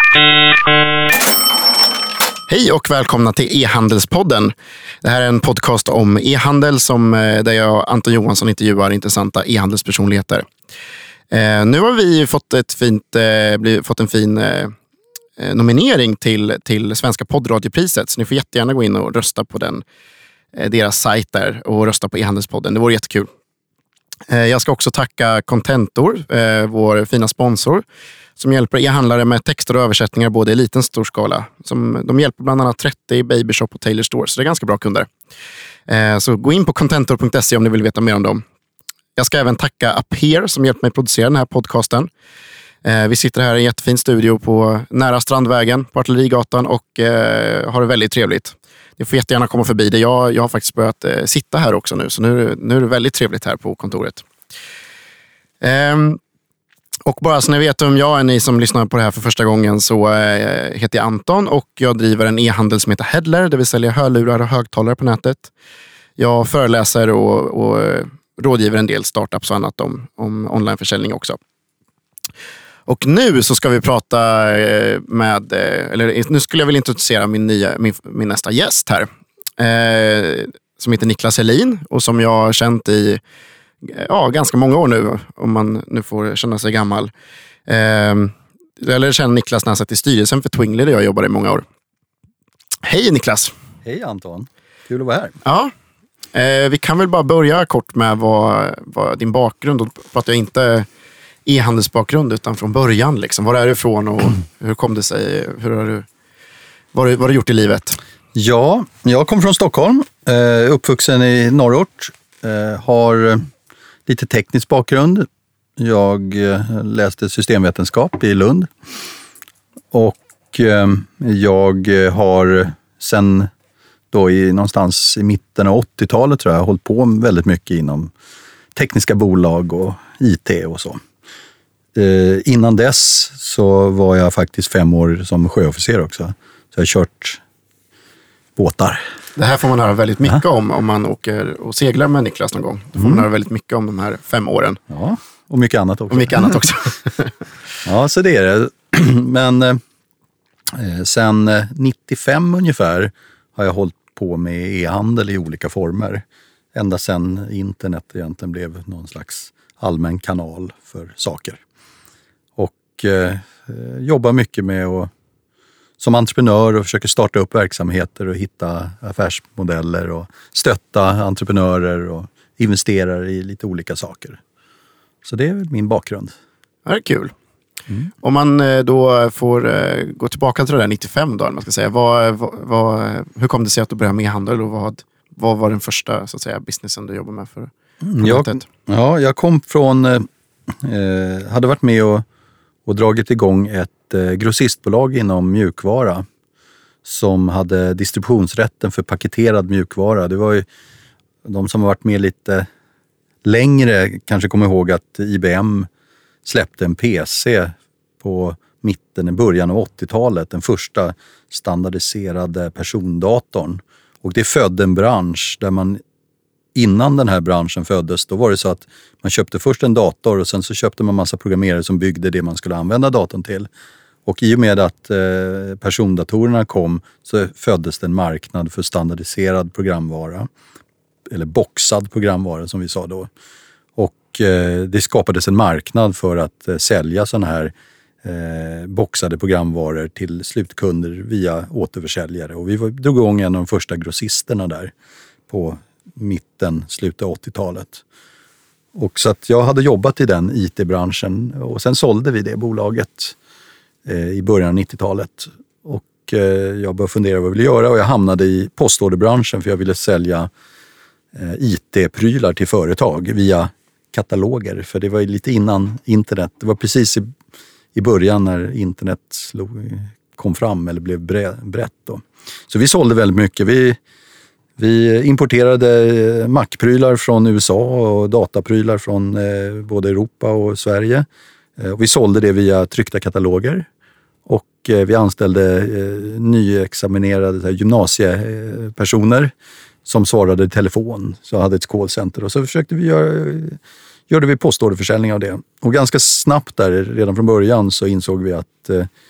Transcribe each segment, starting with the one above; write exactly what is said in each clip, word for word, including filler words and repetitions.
Hej och välkomna till e-handelspodden. Det här är en podcast om e-handel som, där jag, Anton Johansson, intervjuar intressanta e-handelspersonligheter. Eh, nu har vi fått, ett fint, eh, blivit, fått en fin eh, nominering till, till Svenska poddradiopriset. Så ni får jättegärna gå in och rösta på den, eh, deras sajt där och rösta på e-handelspodden. Det vore jättekul. Eh, jag ska också tacka Contentor, eh, vår fina sponsor, som hjälper e-handlare med texter och översättningar både i liten och stor skala. Som, de hjälper bland annat trettio, Babyshop och Taylor Store, så det är ganska bra kunder. Eh, så gå in på contentor punkt se om ni vill veta mer om dem. Jag ska även tacka Appear som hjälpt mig producera den här podcasten. Eh, vi sitter här i en jättefin studio på nära Strandvägen på Artillerigatan och eh, har det väldigt trevligt. Ni får jättegärna komma förbi det. Jag, jag har faktiskt börjat eh, sitta här också nu, så nu, nu är det väldigt trevligt här på kontoret. Eh, Och bara så ni vet om jag är ni som lyssnar på det här för första gången, så eh, heter jag Anton och jag driver en e-handel som heter Headler där vi säljer hörlurar och högtalare på nätet. Jag föreläser och, och eh, rådgiver en del startups och annat om, om onlineförsäljning också. Och nu så ska vi prata eh, med, eh, eller nu skulle jag vilja introducera min, nya, min, min nästa gäst här. Eh, som heter Niklas Helin och som jag har känt i Ja, ganska många år nu, om man nu får känna sig gammal. Eh, eller känner Niklas när han satt i styrelsen för Twingly där jag jobbade i många år. Hej Niklas! Hej Anton, kul att vara här. Ja, eh, vi kan väl bara börja kort med vad, vad din bakgrund, och pratar jag inte e-handelsbakgrund utan från början. Liksom. Var är du ifrån och hur kom det sig? Hur har du, vad, vad har du gjort i livet? Ja, jag kom från Stockholm, eh, uppvuxen i norrort, eh, har lite teknisk bakgrund. Jag läste systemvetenskap i Lund. Och jag har sen då i någonstans i mitten av åttiotalet tror jag hållit på väldigt mycket inom tekniska bolag och I T och så. Innan dess så var jag faktiskt fem år som sjöofficer också. Så jag har kört båtar. Det här får man höra väldigt mycket ja. om om man åker och seglar med Niklas någon gång. Då får mm. man höra väldigt mycket om de här fem åren. Ja, och mycket annat också. Och mycket annat också. Ja, så det är det. Men eh, sen nittiofem ungefär har jag hållit på med e-handel i olika former. Ända sen internet egentligen blev någon slags allmän kanal för saker. Och eh, jobbar mycket med att som entreprenör och försöker starta upp verksamheter och hitta affärsmodeller och stötta entreprenörer och investerare i lite olika saker. Så det är väl min bakgrund. Det är kul. Mm. Om man då får gå tillbaka till det där nittiofem då, man ska säga, vad, vad, hur kom det sig att du började med handel och vad, vad var den första så att säga, businessen du jobbade med för, för jag, ja, jag kom från, eh, hade varit med och, och dragit igång ett grossistbolag inom mjukvara som hade distributionsrätten för paketerad mjukvara. Det var ju de som har varit med lite längre kanske kommer ihåg att I B M släppte en P C på mitten i början av åttiotalet. Den första standardiserade persondatorn. Och det födde en bransch där man innan den här branschen föddes, då var det så att man köpte först en dator och sen så köpte man massa programmerare som byggde det man skulle använda datorn till. Och i och med att eh, persondatorerna kom så föddes det en marknad för standardiserad programvara. Eller boxad programvara som vi sa då. Och eh, det skapades en marknad för att eh, sälja sådana här eh, boxade programvaror till slutkunder via återförsäljare. Och vi var, drog igång en av de första grossisterna där på mitten, slutet av åttiotalet. Och så att jag hade jobbat i den I T-branschen och sen sålde vi det bolaget eh, i början av nittiotalet. Och eh, jag började fundera vad jag ville göra och jag hamnade i postorderbranschen för jag ville sälja eh, I T-prylar till företag via kataloger. För det var ju lite innan internet. Det var precis i, i början när internet slog, kom fram eller blev bre, brett då. Så vi sålde väldigt mycket. Vi Vi importerade Mac-prylar från U S A och dataprylar från eh, både Europa och Sverige. Eh, och vi sålde det via tryckta kataloger. Och eh, vi anställde eh, nyexaminerade här, gymnasiepersoner som svarade i telefon. Så hade ett callcenter och så försökte vi göra, gjorde vi postorderförsäljning av det. Och ganska snabbt där, redan från början, så insåg vi att eh,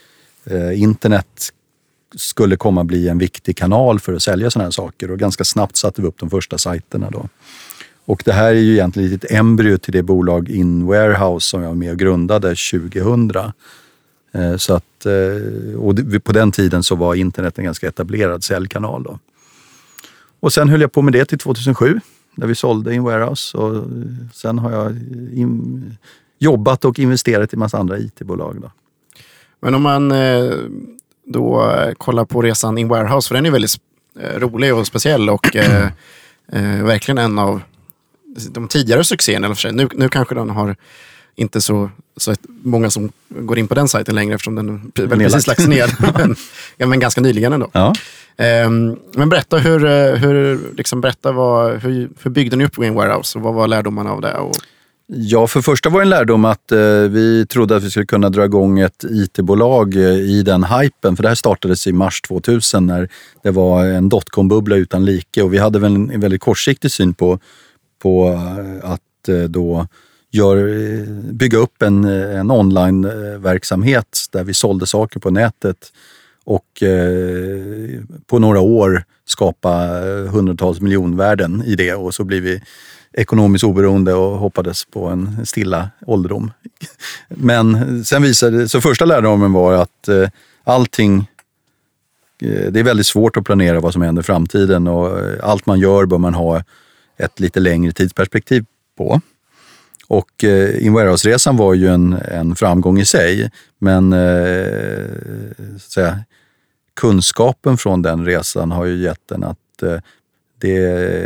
eh, internet skulle komma bli en viktig kanal för att sälja sådana här saker. Och ganska snabbt satte vi upp de första sajterna då. Och det här är ju egentligen ett embryo till det bolag InWarehouse som jag var med och grundade tjugohundra. Eh, så att, eh, och på den tiden så var internet en ganska etablerad säljkanal då. Och sen höll jag på med det till tjugohundrasju när vi sålde InWarehouse. Och sen har jag in, jobbat och investerat i en massa andra I T-bolag då. Men om man eh, då kollar på resan InWarehouse, för den är väldigt eh, rolig och speciell och eh, eh, verkligen en av de tidigare succéerna. Eller för sig. Nu, nu kanske den har inte så, så många som går in på den sajten längre eftersom den väl precis lagts ner. men, ja, men ganska nyligen ändå. Ja. Um, men berätta, hur, hur, liksom berätta vad, hur, hur byggde ni upp InWarehouse och vad var lärdomarna av det? Och... Ja, för första var det en lärdom att eh, vi trodde att vi skulle kunna dra igång ett I T-bolag eh, i den hypen. För det här startades i mars tvåtusen när det var en dotcom-bubbla utan like. Och vi hade väl en, en väldigt kortsiktig syn på, på eh, att eh, då gör, bygga upp en, en online-verksamhet där vi sålde saker på nätet och eh, på några år skapa hundratals miljonvärden i det, och så blir vi ekonomiskt oberoende och hoppades på en stilla ålderdom. Men sen visade, så första lärdomen var att eh, allting, eh, det är väldigt svårt att planera vad som händer i framtiden, och allt man gör bör man ha ett lite längre tidsperspektiv på. Och eh, InWarehouse-resan var ju en, en framgång i sig, men eh, så säga, kunskapen från den resan har ju gett den att eh, det,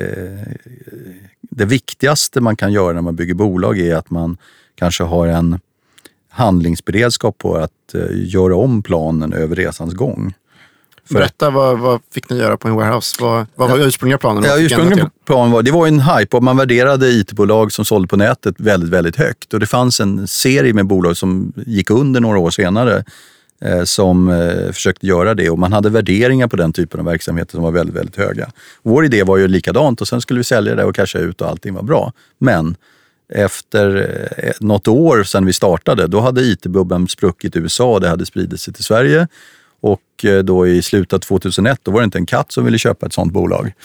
det viktigaste man kan göra när man bygger bolag är att man kanske har en handlingsberedskap på att eh, göra om planen över resans gång. För Berätta, vad, vad fick ni göra på InWarehouse? Vad, vad var ja, ursprungliga planen? Ja, ursprungliga planen var, det var en hype och man värderade I T-bolag som sålde på nätet väldigt, väldigt högt. Och det fanns en serie med bolag som gick under några år senare eh, som eh, försökte göra det. Och man hade värderingar på den typen av verksamheter som var väldigt, väldigt höga. Vår idé var ju likadant och sen skulle vi sälja det och casha ut och allting var bra. Men efter eh, något år sedan vi startade, då hade I T-bubblan spruckit i U S A och det hade spridit sig till Sverige. Och då i slutet av tvåtusenett, då var det inte en katt som ville köpa ett sånt bolag.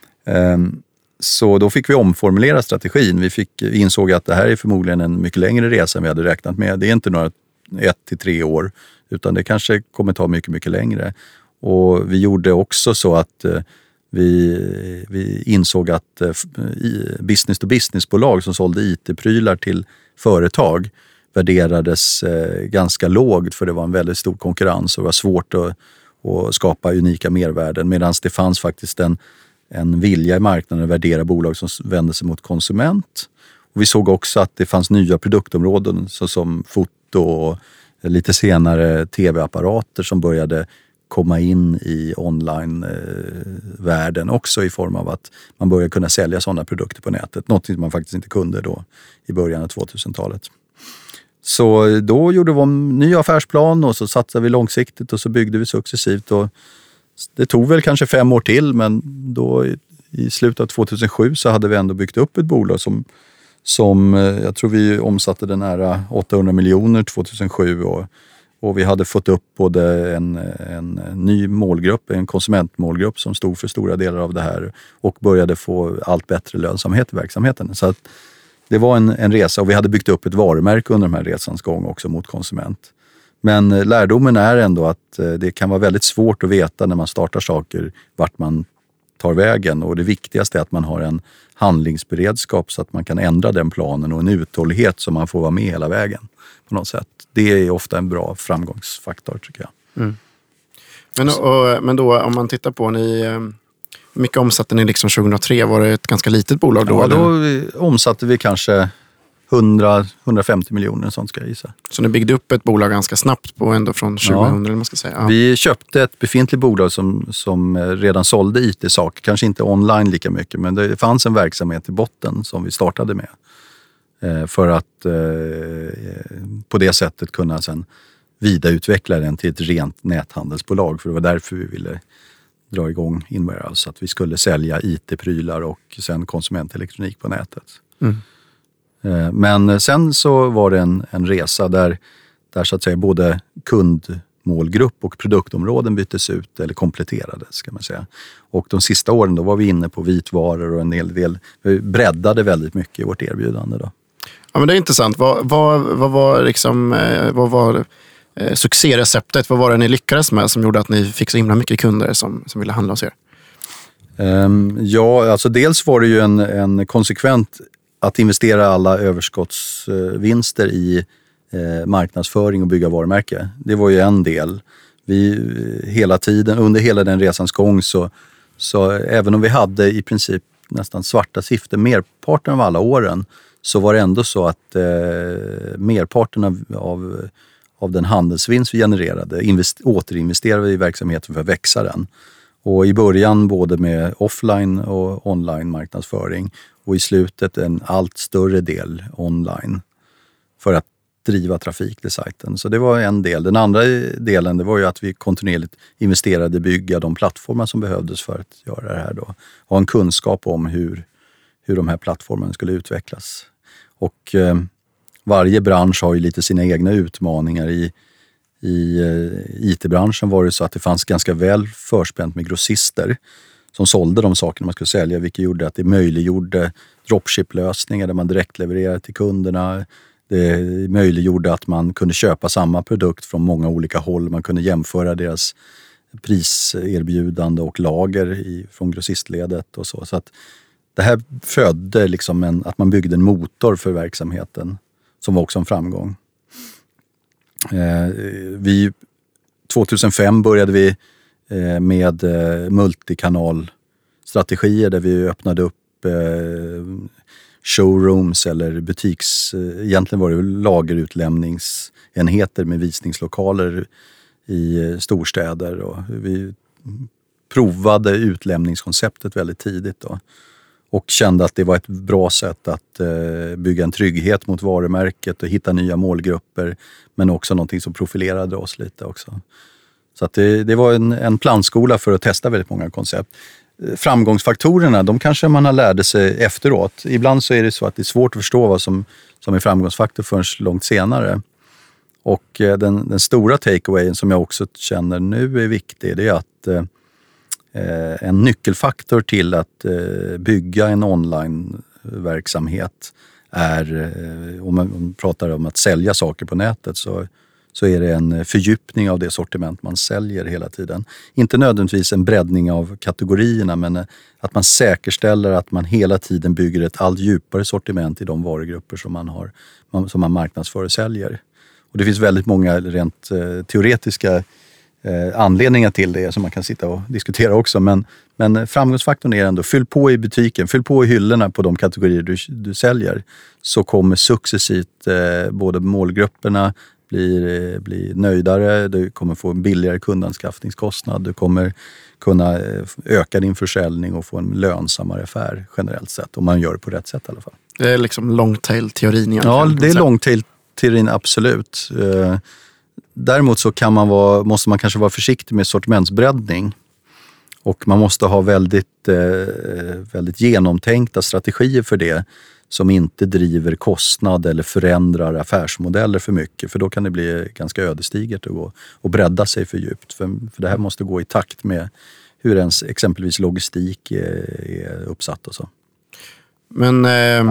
Så då fick vi omformulera strategin. Vi fick, insåg att det här är förmodligen en mycket längre resa än vi hade räknat med. Det är inte några ett till tre år, utan det kanske kommer ta mycket, mycket längre. Och vi gjorde också så att vi, vi insåg att business-to-business-bolag som sålde I T-prylar till företag värderades eh, ganska lågt, för det var en väldigt stor konkurrens och det var svårt att, att skapa unika mervärden, medan det fanns faktiskt en, en vilja i marknaden att värdera bolag som vände sig mot konsument. Och vi såg också att det fanns nya produktområden såsom foto och lite senare tv-apparater som började komma in i online-världen också, i form av att man började kunna sälja sådana produkter på nätet. Något som man faktiskt inte kunde då i början av tvåtusentalet. Så då gjorde vi en ny affärsplan och så satsade vi långsiktigt och så byggde vi successivt. Och det tog väl kanske fem år till, men då i slutet av tvåtusensju så hade vi ändå byggt upp ett bolag som, som jag tror vi omsatte den nära åttahundra miljoner tvåtusensju, och, och vi hade fått upp både en, en ny målgrupp, en konsumentmålgrupp som stod för stora delar av det här, och började få allt bättre lönsamhet i verksamheten. Så att det var en, en resa, och vi hade byggt upp ett varumärke under den här resans gång också mot konsument. Men lärdomen är ändå att det kan vara väldigt svårt att veta när man startar saker vart man tar vägen, och det viktigaste är att man har en handlingsberedskap så att man kan ändra den planen, och en uthållighet så man får vara med hela vägen på något sätt. Det är ofta en bra framgångsfaktor, tycker jag. Mm. Men, och, men då om man tittar på ni... Hur mycket omsatte ni liksom tjugohundratre? Var det ett ganska litet bolag då? Ja, då omsatte vi kanske hundra till hundrafemtio miljoner, sånt ska jag gissa. Så ni byggde upp ett bolag ganska snabbt på ändå från tjugohundra, ja. Eller man ska säga. Ja. Vi köpte ett befintligt bolag som, som redan sålde I T-saker. Kanske inte online lika mycket, men det fanns en verksamhet i botten som vi startade med. För att på det sättet kunna sen vidareutveckla den till ett rent näthandelsbolag. För det var därför vi ville dra igång InWarehouse, så att vi skulle sälja I T-prylar och sen konsumentelektronik på nätet. Mm. Men sen så var det en, en resa där, där så att säga både kund målgrupp och produktområden byttes ut eller kompletterades kan man säga. Och de sista åren då var vi inne på vitvaror och en hel del, vi breddade väldigt mycket i vårt erbjudande då. Ja, men det är intressant. Vad, vad, vad var liksom, vad var eh, succéreceptet? Vad var det ni lyckades med som gjorde att ni fick så himla mycket kunder som, som ville handla hos er? Um, ja, alltså dels var det ju en, en konsekvent att investera alla överskottsvinster i eh, marknadsföring och bygga varumärke. Det var ju en del. Vi hela tiden, under hela den resans gång så, så även om vi hade i princip nästan svarta siffror merparten av alla åren, så var det ändå så att eh, merparten av, av, av den handelsvinst vi genererade invest, återinvesterade vi i verksamheten för att växa den. Och i början både med offline och online marknadsföring och i slutet en allt större del online för att driva trafik till sajten. Så det var en del. Den andra delen det var ju att vi kontinuerligt investerade i bygga de plattformar som behövdes för att göra det här då. Ha en kunskap om hur, hur de här plattformarna skulle utvecklas. Och eh, varje bransch har ju lite sina egna utmaningar. I, i eh, I T-branschen var det så att det fanns ganska väl förspänt med grossister som sålde de sakerna man skulle sälja, vilket gjorde att det möjliggjorde dropship-lösningar där man direkt levererade till kunderna. Det möjliggjorde att man kunde köpa samma produkt från många olika håll. Man kunde jämföra deras priserbjudande och lager i, från grossistledet och så. Så att det här födde liksom en, att man byggde en motor för verksamheten som var också en framgång. Eh, vi, tjugohundrafem började vi eh, med eh, multikanalstrategier där vi öppnade upp eh, showrooms eller butiks, egentligen var det lagerutlämningsenheter med visningslokaler i storstäder och vi provade utlämningskonceptet väldigt tidigt då och kände att det var ett bra sätt att bygga en trygghet mot varumärket och hitta nya målgrupper men också någonting som profilerade oss lite också. Så att det, det var en, en plantskola för att testa väldigt många koncept. Framgångsfaktorerna, de kanske man har lärde sig efteråt. Ibland så är det så att det är svårt att förstå vad som, som är framgångsfaktor förrän långt senare. Och den, den stora takeawayen som jag också känner nu är viktig, det är att eh, en nyckelfaktor till att eh, bygga en online-verksamhet är, eh, om man pratar om att sälja saker på nätet, så så är det en fördjupning av det sortiment man säljer hela tiden. Inte nödvändigtvis en breddning av kategorierna, men att man säkerställer att man hela tiden bygger ett allt djupare sortiment i de varugrupper som man, har, som man marknadsför och säljer. Och det finns väldigt många rent eh, teoretiska eh, anledningar till det som man kan sitta och diskutera också. Men, men framgångsfaktorn är ändå, fyll på i butiken, fyll på i hyllorna på de kategorier du, du säljer. Så kommer successivt eh, både målgrupperna Blir, blir nöjdare, du kommer få en billigare kundanskaffningskostnad, du kommer kunna öka din försäljning och få en lönsammare affär generellt sett, om man gör det på rätt sätt i alla fall. Det är liksom long-tail-teorin egentligen. Ja, det är long-tail-teorin, absolut. Däremot så kan man vara, måste man kanske vara försiktig med sortimentsbreddning och man måste ha väldigt, väldigt genomtänkta strategier för det, som inte driver kostnad eller förändrar affärsmodeller för mycket. För då kan det bli ganska ödesdigert att gå och bredda sig för djupt. För, för det här måste gå i takt med hur ens exempelvis logistik är, är uppsatt och så. Men, eh,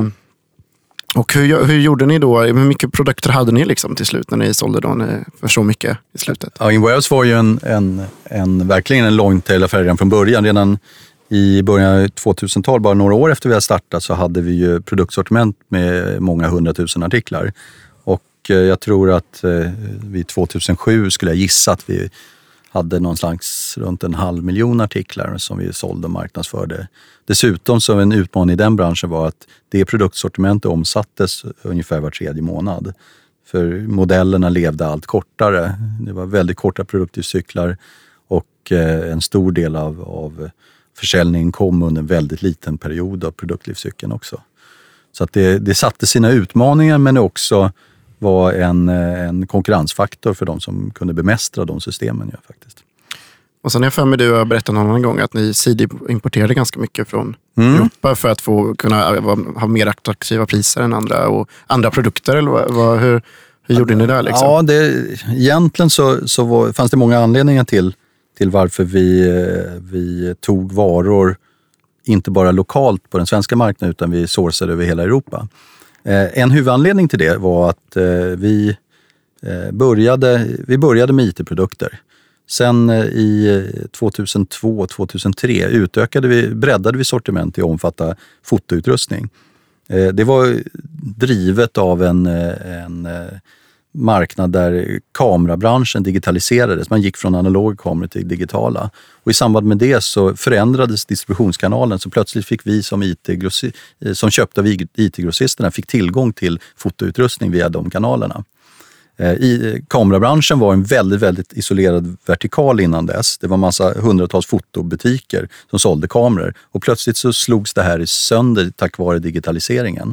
och hur, hur gjorde ni då? Hur mycket produkter hade ni liksom till slut när ni sålde då för så mycket i slutet? Ja, InWarehouse var ju en, en, en, verkligen en long-tail-affär redan från början. Redan i början av tvåtusentalet, bara några år efter vi hade startat, så hade vi ju produktsortiment med många hundratusen artiklar. Och jag tror att vid tvåtusensju skulle jag gissa att vi hade någon slags runt en halv miljon artiklar som vi sålde och marknadsförde. Dessutom så en utmaning i den branschen var att det produktsortimentet omsattes ungefär var tredje månad. För modellerna levde allt kortare. Det var väldigt korta produktivcyklar och en stor del av, av försäljningen kom under en väldigt liten period av produktlivscykeln också. Så att det, det satte sina utmaningar, men det också var en, en konkurrensfaktor för de som kunde bemästra de systemen. Ja, faktiskt. Och sen är jag för mig, du har berättat någon annan gång att ni sidimporterade ganska mycket från mm. Europa för att få kunna ha mer attraktiva priser än andra och andra produkter. Eller vad, hur, Hur gjorde ni det liksom? Ja, det, egentligen så, så var, fanns det många anledningar till, till varför vi, vi tog varor inte bara lokalt på den svenska marknaden utan vi sourcade över hela Europa. Eh, en huvudanledning till det var att eh, vi, eh, började, vi började med I T-produkter. Sen eh, i tjugohundratvå tjugohundratre utökade vi, breddade vi sortiment till att omfatta fotoutrustning. Eh, det var drivet av en, en marknad där kamerabranschen digitaliserades. Man gick från analoga kameror till digitala. Och i samband med det så förändrades distributionskanalen, så plötsligt fick vi som, I T som köpte av I T-grossisterna fick tillgång till fotoutrustning via de kanalerna. I, kamerabranschen var en väldigt, väldigt isolerad vertikal innan dess. Det var massa hundratals fotobutiker som sålde kameror. Och plötsligt så slogs det här sönder tack vare digitaliseringen.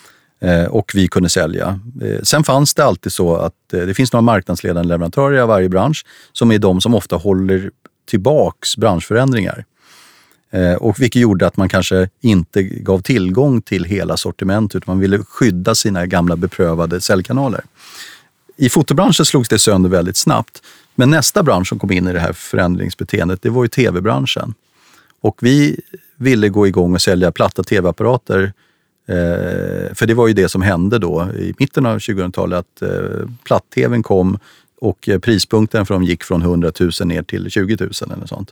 Och vi kunde sälja. Sen fanns det alltid så att det finns några marknadsledande leverantörer i varje bransch som är de som ofta håller tillbaks branschförändringar. Och vilket gjorde att man kanske inte gav tillgång till hela sortiment utan man ville skydda sina gamla beprövade säljkanaler. I fotobranschen slogs det sönder väldigt snabbt. Men nästa bransch som kom in i det här förändringsbeteendet, det var ju tv-branschen. Och vi ville gå igång och sälja platta tv-apparater. Eh, för det var ju det som hände då i mitten av tjugohundratalet att eh, platt-tvn kom och eh, prispunkten för dem gick från hundratusen ner till tjugo tusen eller sånt.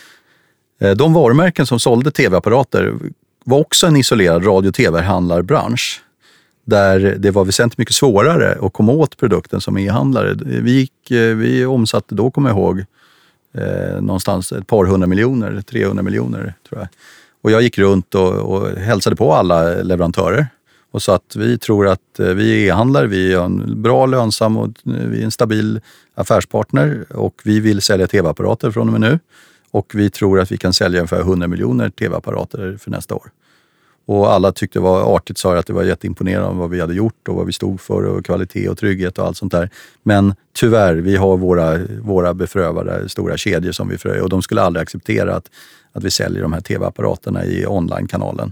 Eh, de varumärken som sålde tv-apparater var också en isolerad radio- och tv-handlarbransch där det var väsentligt mycket svårare att komma åt produkten som e-handlare. Vi, gick, eh, vi omsatte då, kommer jag ihåg, eh, någonstans ett par hundra miljoner, trehundra miljoner tror jag. Och jag gick runt och, och hälsade på alla leverantörer och sa att vi tror att vi är e-handlare, vi är en bra, lönsam och vi är en stabil affärspartner och vi vill sälja tv-apparater från och med nu. Och vi tror att vi kan sälja ungefär hundra miljoner tv-apparater för nästa år. Och alla tyckte det var artigt, sa att det var jätteimponerande vad vi hade gjort och vad vi stod för och kvalitet och trygghet och allt sånt där. Men tyvärr, vi har våra, våra befrövade stora kedjor som vi fröjer och de skulle aldrig acceptera att att vi säljer de här tv-apparaterna i online-kanalen.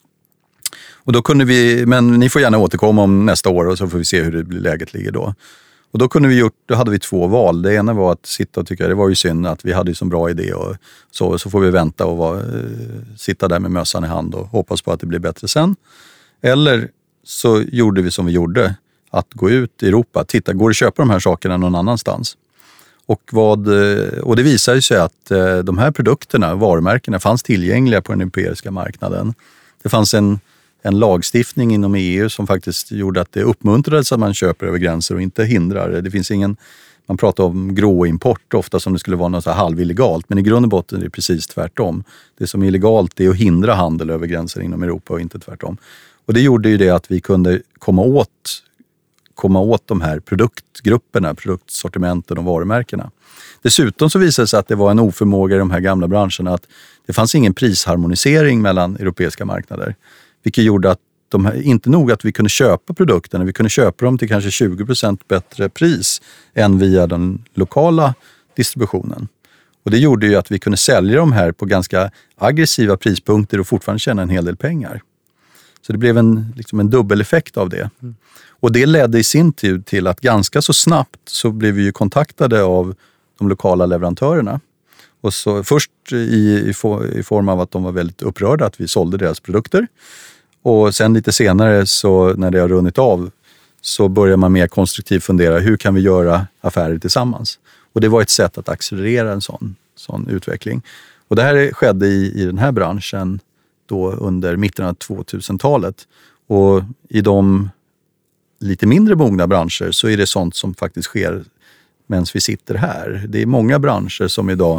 Och då kunde vi, men ni får gärna återkomma om nästa år och så får vi se hur det läget ligger då. Och då kunde vi gjort, då hade vi två val. Det ena var att sitta och tycka, det var ju synd att vi hade ju så bra idé och så, så får vi vänta och vara, sitta där med mössan i hand och hoppas på att det blir bättre sen. Eller så gjorde vi som vi gjorde, att gå ut i Europa, titta, går det att köpa de här sakerna någon annanstans? Och, vad, och det visade sig att de här produkterna, varumärkena, fanns tillgängliga på den europeiska marknaden. Det fanns en, en lagstiftning inom E U som faktiskt gjorde att det uppmuntrades att man köper över gränser och inte hindrar. Det finns ingen, man pratar om gråimport ofta som det skulle vara något så här halvillegalt, men i grund och botten är det precis tvärtom. Det som är illegalt är att hindra handel över gränser inom Europa och inte tvärtom. Och det gjorde ju det att vi kunde komma åt komma åt de här produktgrupperna, produktsortimenten och varumärkena. Dessutom så visade det sig att det var en oförmåga i de här gamla branscherna att det fanns ingen prisharmonisering mellan europeiska marknader. Vilket gjorde att de här, inte nog att vi kunde köpa produkterna, vi kunde köpa dem till kanske tjugo procent bättre pris än via den lokala distributionen. Och det gjorde ju att vi kunde sälja de här på ganska aggressiva prispunkter och fortfarande tjäna en hel del pengar. Så det blev en, liksom en dubbeleffekt av det. Mm. Och det ledde i sin tur till att ganska så snabbt så blev vi ju kontaktade av de lokala leverantörerna. Och så först i, i, i form av att de var väldigt upprörda att vi sålde deras produkter. Och sen lite senare så när det har runnit av så börjar man mer konstruktivt fundera hur kan vi göra affärer tillsammans. Och det var ett sätt att accelerera en sån, sån utveckling. Och det här skedde i, i den här branschen då under mitten av tvåtusentalet. Och i de lite mindre mogna branscher så är det sånt som faktiskt sker medan vi sitter här. Det är många branscher som idag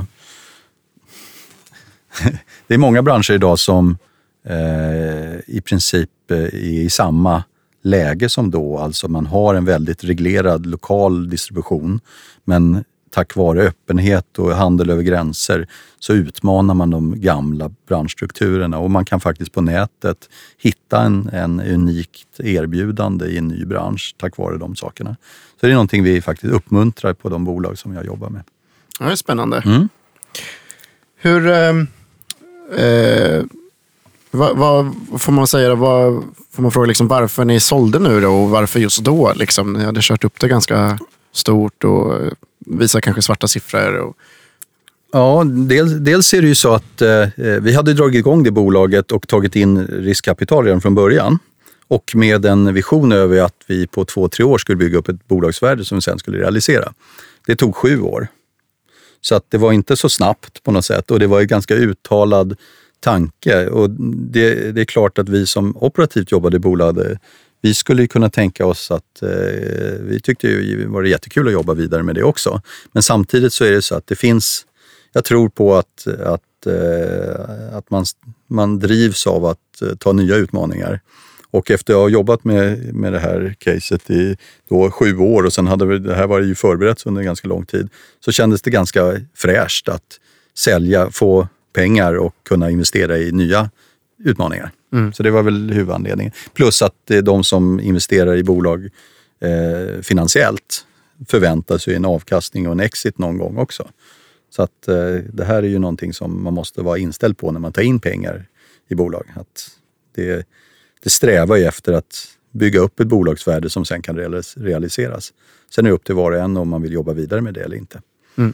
det är många branscher idag som eh, i princip är i samma läge som då. Alltså man har en väldigt reglerad lokal distribution, men tack vare öppenhet och handel över gränser så utmanar man de gamla branschstrukturerna och man kan faktiskt på nätet hitta en, en unikt erbjudande i en ny bransch tack vare de sakerna. Så det är någonting vi faktiskt uppmuntrar på de bolag som jag jobbar med. Ja, det är spännande. Mm. Hur, eh, Vad, vad får man säga då? Vad, får man fråga liksom varför ni sålde nu då och varför just då? Liksom? Ni hade kört upp det ganska stort och visar kanske svarta siffror. Och... Ja, dels, dels är det ju så att eh, vi hade dragit igång det bolaget och tagit in riskkapital redan från början. Och med en vision över att vi på två, tre år skulle bygga upp ett bolagsvärde som vi sen skulle realisera. Det tog sju år. Så att det var inte så snabbt på något sätt och det var en ganska uttalad tanke. Och det, det är klart att vi som operativt jobbade i bolaget, vi skulle kunna tänka oss att eh, vi tyckte ju det var jättekul att jobba vidare med det också. Men samtidigt så är det så att det finns, jag tror på att, att, eh, att man, man drivs av att eh, ta nya utmaningar. Och efter att ha jobbat med, med det här caset i då sju år och sen hade vi, det här var ju förberett under en ganska lång tid, så kändes det ganska fräscht att sälja, få pengar och kunna investera i nya utmaningar. Mm. Så det var väl huvudanledningen. Plus att de som investerar i bolag eh, finansiellt förväntar sig en avkastning och en exit någon gång också. Så att eh, det här är ju någonting som man måste vara inställd på när man tar in pengar i bolag. Att det, det strävar ju efter att bygga upp ett bolagsvärde som sen kan realiseras. Sen är det upp till var och en om man vill jobba vidare med det eller inte. Mm.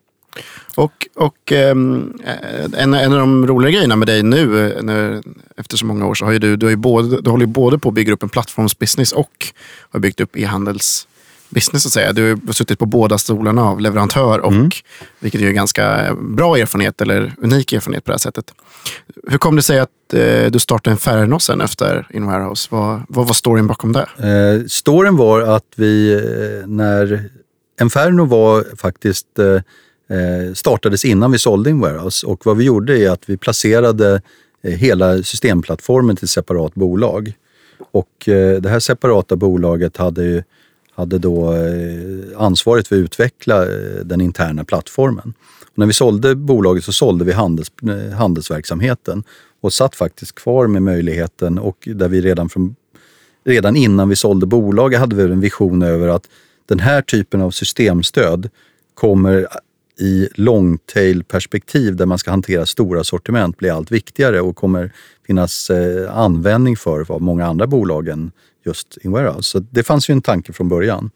Och, och um, en, en av de roliga grejerna med dig nu när, efter så många år så har ju du, du, har ju både, du håller ju både på att bygga upp en plattformsbusiness och har byggt upp e-handelsbusiness så att säga. Du har suttit på båda stolarna av leverantör och mm. vilket är ju ganska bra erfarenhet eller unik erfarenhet på det här sättet. Hur kom det sig att eh, du startade en Ferno sen efter InWarehouse? Vad, vad var storyn bakom det? Eh, storyn var att vi eh, när Inferno var faktiskt eh, startades innan vi sålde InWarehouse och vad vi gjorde är att vi placerade eh, hela systemplattformen till ett separat bolag. Och eh, det här separata bolaget hade, hade då eh, ansvaret för att utveckla eh, den interna plattformen. Och när vi sålde bolaget så sålde vi handels, eh, handelsverksamheten och satt faktiskt kvar med möjligheten och där vi redan, från, redan innan vi sålde bolaget hade vi en vision över att den här typen av systemstöd kommer i long-tail-perspektiv där man ska hantera stora sortiment bli allt viktigare och kommer finnas eh, användning för av många andra bolag än just InWarehouse. Så det fanns ju en tanke från början.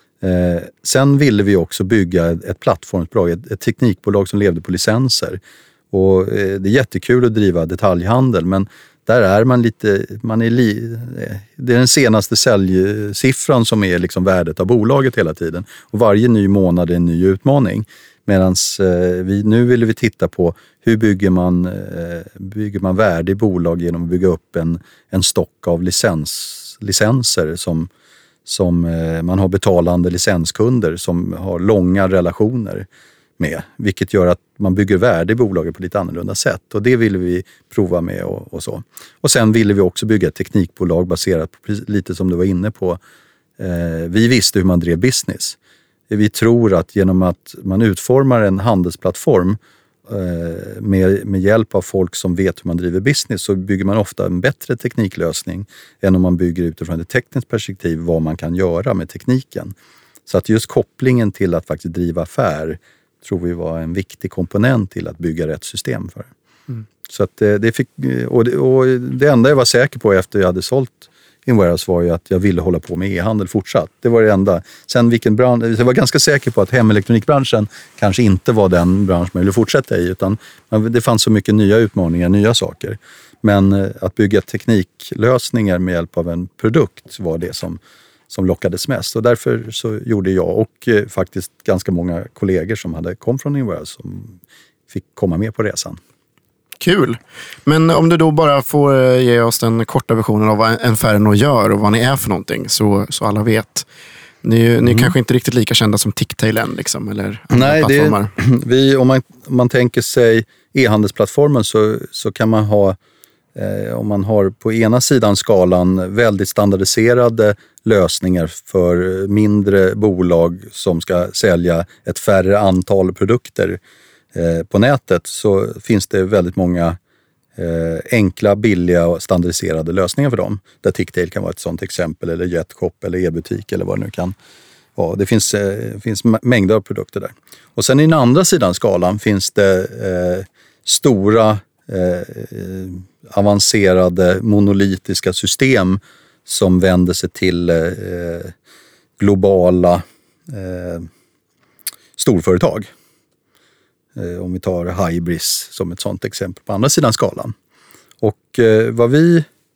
Eh, sen ville vi också bygga ett, ett plattformsbolag, ett, ett teknikbolag som levde på licenser. Och eh, det är jättekul att driva detaljhandel men där är man lite, man är li, det är den senaste säljsiffran som är liksom värdet av bolaget hela tiden. Och varje ny månad är en ny utmaning. Medan eh, vi, nu vill vi titta på hur bygger man, eh, bygger man värde i bolag genom att bygga upp en, en stock av licens, licenser som, som eh, man har betalande licenskunder som har långa relationer med. Vilket gör att man bygger värde i bolaget på lite annorlunda sätt. Och det ville vi prova med och, och så. Och sen ville vi också bygga ett teknikbolag baserat på lite som du var inne på. Eh, vi visste hur man drev business. Vi tror att genom att man utformar en handelsplattform eh, med, med hjälp av folk som vet hur man driver business så bygger man ofta en bättre tekniklösning än om man bygger utifrån ett tekniskt perspektiv vad man kan göra med tekniken. Så att just kopplingen till att faktiskt driva affär tror vi var en viktig komponent till att bygga rätt system för. Mm. Så att det fick, och det, och det enda jag var säker på efter jag hade sålt InWarehouse var ju att jag ville hålla på med e-handel fortsatt. Det var det enda. Sen vilken bransch, jag var ganska säker på att hemelektronikbranschen kanske inte var den bransch man ville fortsätta i utan det fanns så mycket nya utmaningar, nya saker. Men att bygga tekniklösningar med hjälp av en produkt var det som som lockades mest. Och därför så gjorde jag och eh, faktiskt ganska många kollegor som hade kom från InWarehouse som fick komma med på resan. Kul. Men om du då bara får ge oss den korta versionen av vad Inferno gör och vad ni är för någonting så, så alla vet. Ni, mm. ni är kanske inte riktigt lika kända som Ticktail än liksom, eller andra Nej, plattformar. Det, vi, om, man, om man tänker sig e-handelsplattformen så, så kan man ha om man har på ena sidan skalan väldigt standardiserade lösningar för mindre bolag som ska sälja ett färre antal produkter på nätet så finns det väldigt många enkla, billiga och standardiserade lösningar för dem. Där Ticktail kan vara ett sådant exempel eller Jetshop eller e-butik eller vad det nu kan vara. Det finns, finns mängder av produkter där. Och sen i den andra sidan skalan finns det eh, stora eh, avancerade monolitiska system som vänder sig till eh, globala eh, storföretag. Eh, om vi tar Hybris som ett sådant exempel på andra sidan skalan. Och eh, vad vi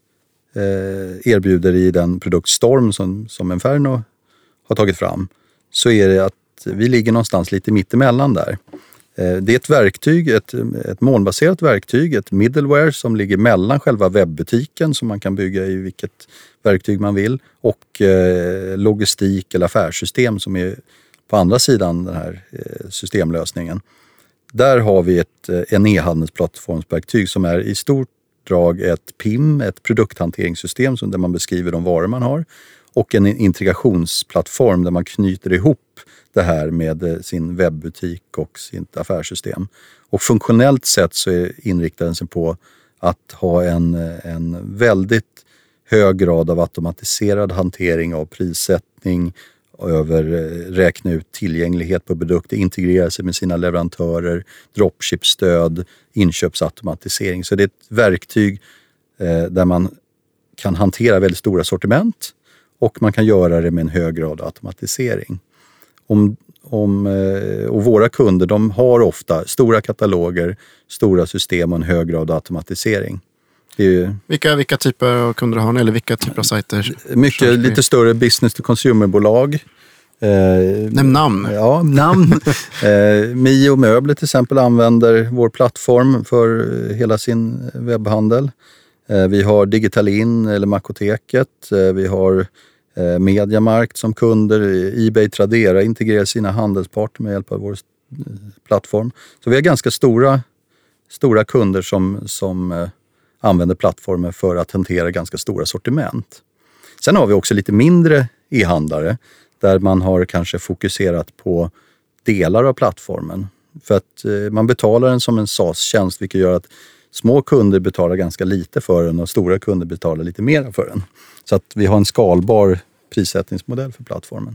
eh, erbjuder i den produkt Storm som, som Inferno har tagit fram, så är det att vi ligger någonstans lite mittemellan där. Eh, det är ett verktyg, ett, ett molnbaserat verktyg, ett middleware som ligger mellan själva webbutiken som man kan bygga i vilket verktyg man vill, och eh, logistik eller affärssystem som är på andra sidan den här eh, systemlösningen. Där har vi ett, en e-handelsplattformsverktyg som är i stort drag ett P I M, ett produkthanteringssystem som där man beskriver de varor man har, och en integrationsplattform där man knyter ihop det här med sin webbutik och sitt affärssystem. Och funktionellt sett så är inriktad sig på att ha en, en väldigt hög grad av automatiserad hantering av prissättning, över räkna ut tillgänglighet på produkter, integrera sig med sina leverantörer, dropship-stöd, inköpsautomatisering. Så det är ett verktyg eh, där man kan hantera väldigt stora sortiment och man kan göra det med en hög grad av automatisering. Om, om, eh, och våra kunder, de har ofta stora kataloger, stora system och en hög grad av automatisering. Det är ju, vilka, vilka typer av kunder har ni, eller vilka typer av sajter? Mycket lite större business to consumer-bolag. Eh, Nämn namn. Ja, namn. eh, Mio Möbler till exempel använder vår plattform för hela sin webbhandel. Eh, vi har Digitalin eller Makoteket. Eh, vi har eh, Mediamarkt som kunder. eBay, Tradera integrerar sina handelspartner med hjälp av vår plattform. Så vi har ganska stora, stora kunder som, som eh, använder plattformen för att hantera ganska stora sortiment. Sen har vi också lite mindre e-handlare där man har kanske fokuserat på delar av plattformen. För att man betalar den som en SaaS-tjänst, vilket gör att små kunder betalar ganska lite för den och stora kunder betalar lite mer för den. Så att vi har en skalbar prissättningsmodell för plattformen.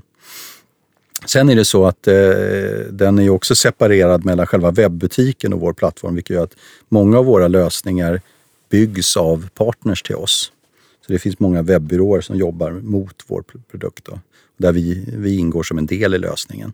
Sen är det så att eh, den är också separerad mellan själva webbutiken och vår plattform, vilket gör att många av våra lösningar byggs av partners till oss. Så det finns många webbyråer som jobbar mot vår produkt då, där vi, vi ingår som en del i lösningen.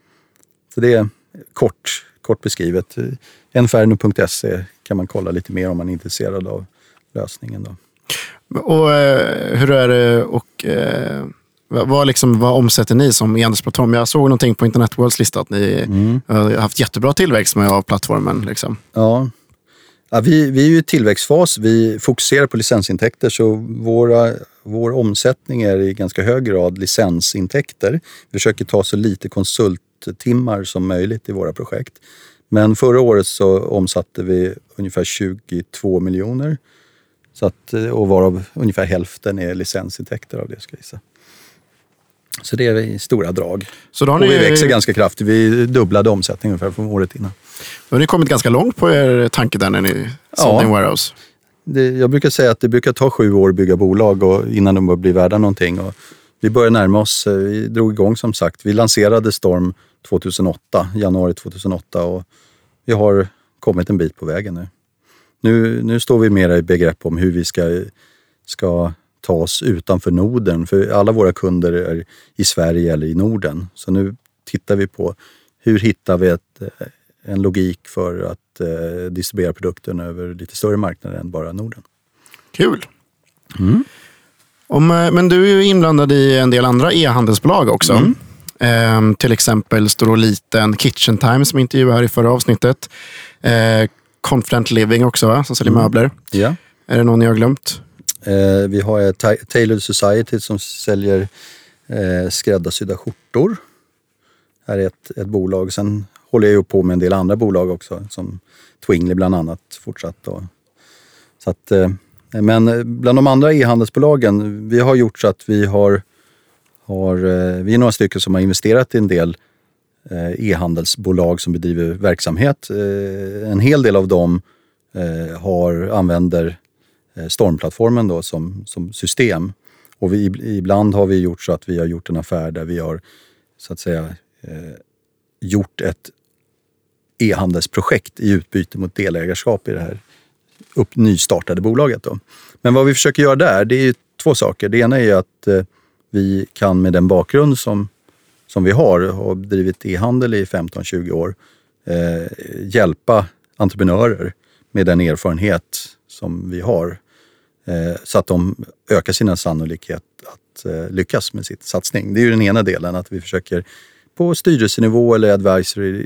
Så det är kort, kort beskrivet. Inferno punkt se kan man kolla lite mer om man är intresserad av lösningen då. Och eh, hur är det och eh, vad, liksom, vad omsätter ni som e-handelsplattform? Jag såg någonting på Internet Worlds lista att ni mm. har haft jättebra tillväxt med av plattformen. Liksom. Ja. Ja, vi, vi är ju i tillväxtfas. Vi fokuserar på licensintäkter, så våra, vår omsättning är i ganska hög grad licensintäkter. Vi försöker ta så lite konsulttimmar som möjligt i våra projekt. Men förra året så omsatte vi ungefär tjugotvå miljoner. Så att, och varav ungefär hälften är licensintäkter av det, ska jag gissa. Så det är i stora drag. Så då har ni... Och vi växer ganska kraftigt. Vi dubblade omsättningen ungefär från året innan. Då har ni kommit ganska långt på er tanke där när ni sålde en warehouse. Det, jag brukar säga att det brukar ta sju år att bygga bolag och innan de blir värda någonting. Och vi börjar närma oss. Vi drog igång som sagt. Vi lanserade Storm tjugohundraåtta, januari tjugohundraåtta, och vi har kommit en bit på vägen nu. Nu, nu står vi mer i begrepp om hur vi ska, ska ta oss utanför Norden. För alla våra kunder är i Sverige eller i Norden. Så nu tittar vi på hur hittar vi ett, en logik för att eh, distribuera produkten över lite större marknader än bara Norden. Kul! Mm. Om, men du är ju inblandad i en del andra e-handelsbolag också. Mm. Eh, till exempel Stor och Liten, Kitchen Time som intervjuade här i förra avsnittet. Eh, Confident Living också, va? Som säljer mm. möbler. Ja. Är det någon ni har glömt? Eh, vi har ett Tailored Society som säljer eh, skräddarsydda skjortor. Här är ett, ett bolag. Sen håller jag ju på med en del andra bolag också, som Twingly bland annat fortsatt. Då. Så att, eh, men bland de andra e-handelsbolagen, vi har gjort så att vi har, har eh, vi är några stycken som har investerat i en del eh, e-handelsbolag som bedriver verksamhet. Eh, en hel del av dem eh, har, använder Stormplattformen då som, som system. Och vi, ibland har vi gjort så att vi har gjort en affär där vi har så att säga eh, gjort ett e-handelsprojekt i utbyte mot delägarskap i det här upp nystartade bolaget då. Men vad vi försöker göra där, det är ju två saker. Det ena är att eh, vi kan med den bakgrund som, som vi har, har drivit e-handel i femton till tjugo år, eh, hjälpa entreprenörer med den erfarenhet som vi har. Eh, så att de ökar sina sannolikhet att eh, lyckas med sitt satsning. Det är ju den ena delen, att vi försöker på styrelsenivå eller advisory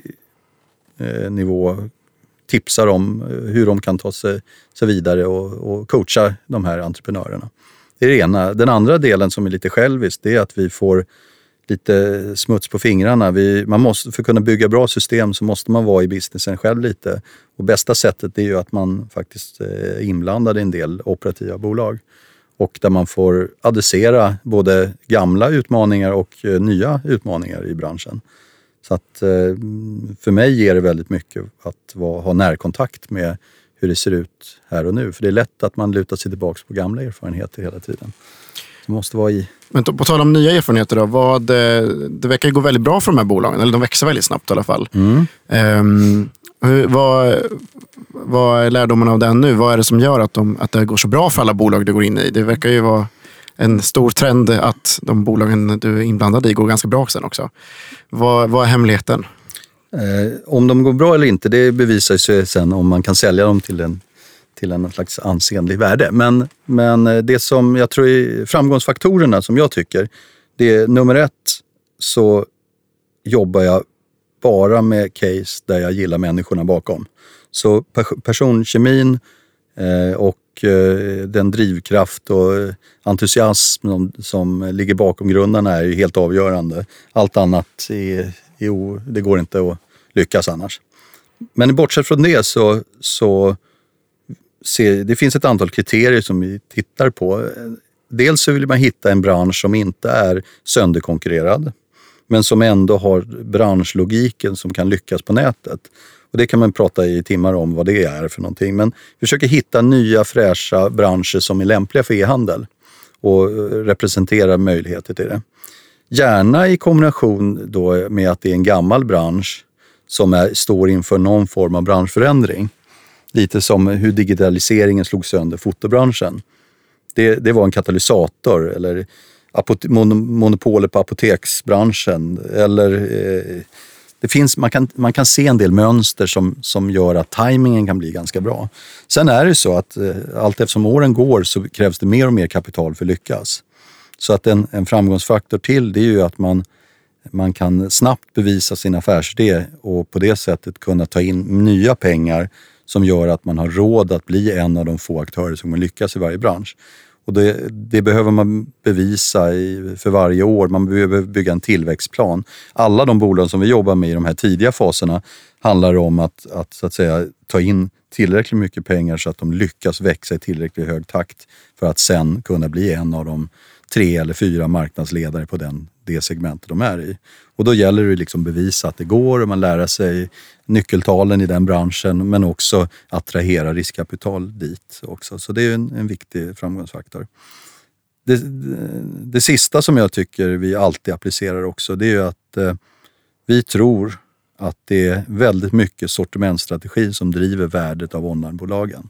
eh, nivå tipsar om hur de kan ta sig, sig vidare och, och coacha de här entreprenörerna. Det är det ena. Den andra delen som är lite självisk, det är att vi får lite smuts på fingrarna. Vi, man måste, för att kunna bygga bra system så måste man vara i businessen själv lite. Och bästa sättet är ju att man faktiskt är inblandad i en del operativa bolag. Och där man får adressera både gamla utmaningar och nya utmaningar i branschen. Så att för mig ger det väldigt mycket att vara, ha närkontakt med hur det ser ut här och nu. För det är lätt att man lutar sig tillbaka på gamla erfarenheter hela tiden. Det måste vara i... Men på tal om nya erfarenheter då, vad, det verkar gå väldigt bra för de här bolagen, eller de växer väldigt snabbt i alla fall. Mm. Um, hur, vad, vad är lärdomen av den nu? Vad är det som gör att, de, att det går så bra för alla bolag du går in i? Det verkar ju vara en stor trend att de bolagen du är inblandad i går ganska bra sen också. Vad, vad är hemligheten? Eh, om de går bra eller inte, det bevisar sig sen om man kan sälja dem till en, till en slags ansenlig värde. Men, men det som jag tror är framgångsfaktorerna som jag tycker, det är nummer ett, så jobbar jag bara med case där jag gillar människorna bakom. Så personkemin eh, och eh, den drivkraft och entusiasm som, som ligger bakom grundarna är ju helt avgörande. Allt annat är, är, det går inte att lyckas annars. Men bortsett från det så, så se, det finns ett antal kriterier som vi tittar på. Dels så vill man hitta en bransch som inte är sönderkonkurrerad, men som ändå har branschlogiken som kan lyckas på nätet. Och det kan man prata i timmar om vad det är för någonting. Men vi försöker hitta nya fräscha branscher som är lämpliga för e-handel och representerar möjligheter till det. Gärna i kombination då med att det är en gammal bransch som är, står inför någon form av branschförändring. Lite som hur digitaliseringen slog sönder fotobranschen. Det, det var en katalysator, eller apote- mon- monopolet på apoteksbranschen. Eller, eh, det finns, man, kan, man kan se en del mönster som, som gör att tajmingen kan bli ganska bra. Sen är det så att eh, allt eftersom åren går så krävs det mer och mer kapital för att lyckas. Så att en, en framgångsfaktor till, det är ju att man, man kan snabbt bevisa sin affärsidé och på det sättet kunna ta in nya pengar som gör att man har råd att bli en av de få aktörer som lyckas i varje bransch. Och det, det behöver man bevisa i, för varje år. Man behöver bygga en tillväxtplan. Alla de bolag som vi jobbar med i de här tidiga faserna handlar om att, att, så att säga, ta in tillräckligt mycket pengar så att de lyckas växa i tillräckligt hög takt för att sen kunna bli en av de tre eller fyra marknadsledare på den, det segmentet de är i. Och då gäller det liksom bevisa att det går och man lär sig nyckeltalen i den branschen, men också attrahera riskkapital dit också. Så det är en, en viktig framgångsfaktor. Det, det, det sista som jag tycker vi alltid applicerar också, det är ju att eh, vi tror att det är väldigt mycket sortimentstrategi som driver värdet av onlinebolagen.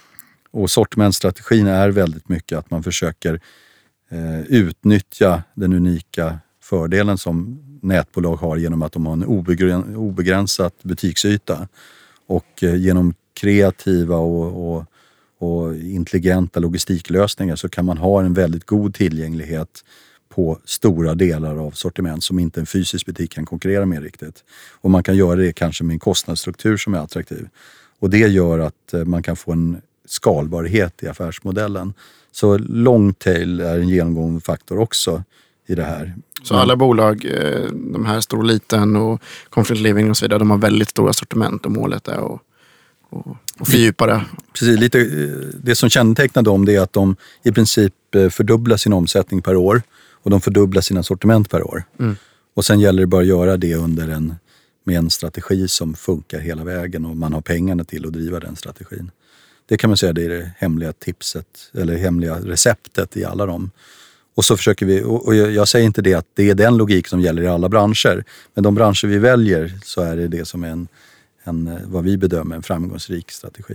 Och sortimentstrategin är väldigt mycket att man försöker eh, utnyttja den unika fördelen som nätbolag har genom att de har en obegräns- obegränsat butiksyta. Och eh, genom kreativa och, och, och intelligenta logistiklösningar så kan man ha en väldigt god tillgänglighet på stora delar av sortiment som inte en fysisk butik kan konkurrera med riktigt. Och man kan göra det kanske med en kostnadsstruktur som är attraktiv. Och det gör att man kan få en skalbarhet i affärsmodellen. Så long tail är en genomgående faktor också i det här. Så alla bolag, de här Stor och Liten och Confident Living och så vidare, de har väldigt stora sortiment och målet är att och, och fördjupa det. Precis, lite, det som kännetecknar dem det är att de i princip fördubblar sin omsättning per år och de fördubblar sina sortiment per år. Mm. Och sen gäller det bara att göra det under en, med en strategi som funkar hela vägen och man har pengarna till att driva den strategin. Det kan man säga, det är det hemliga tipset eller hemliga receptet i alla dem. Och så försöker vi, och jag säger inte det att det är den logik som gäller i alla branscher, men de branscher vi väljer så är det det som är en, en vad vi bedömer en framgångsrik strategi då.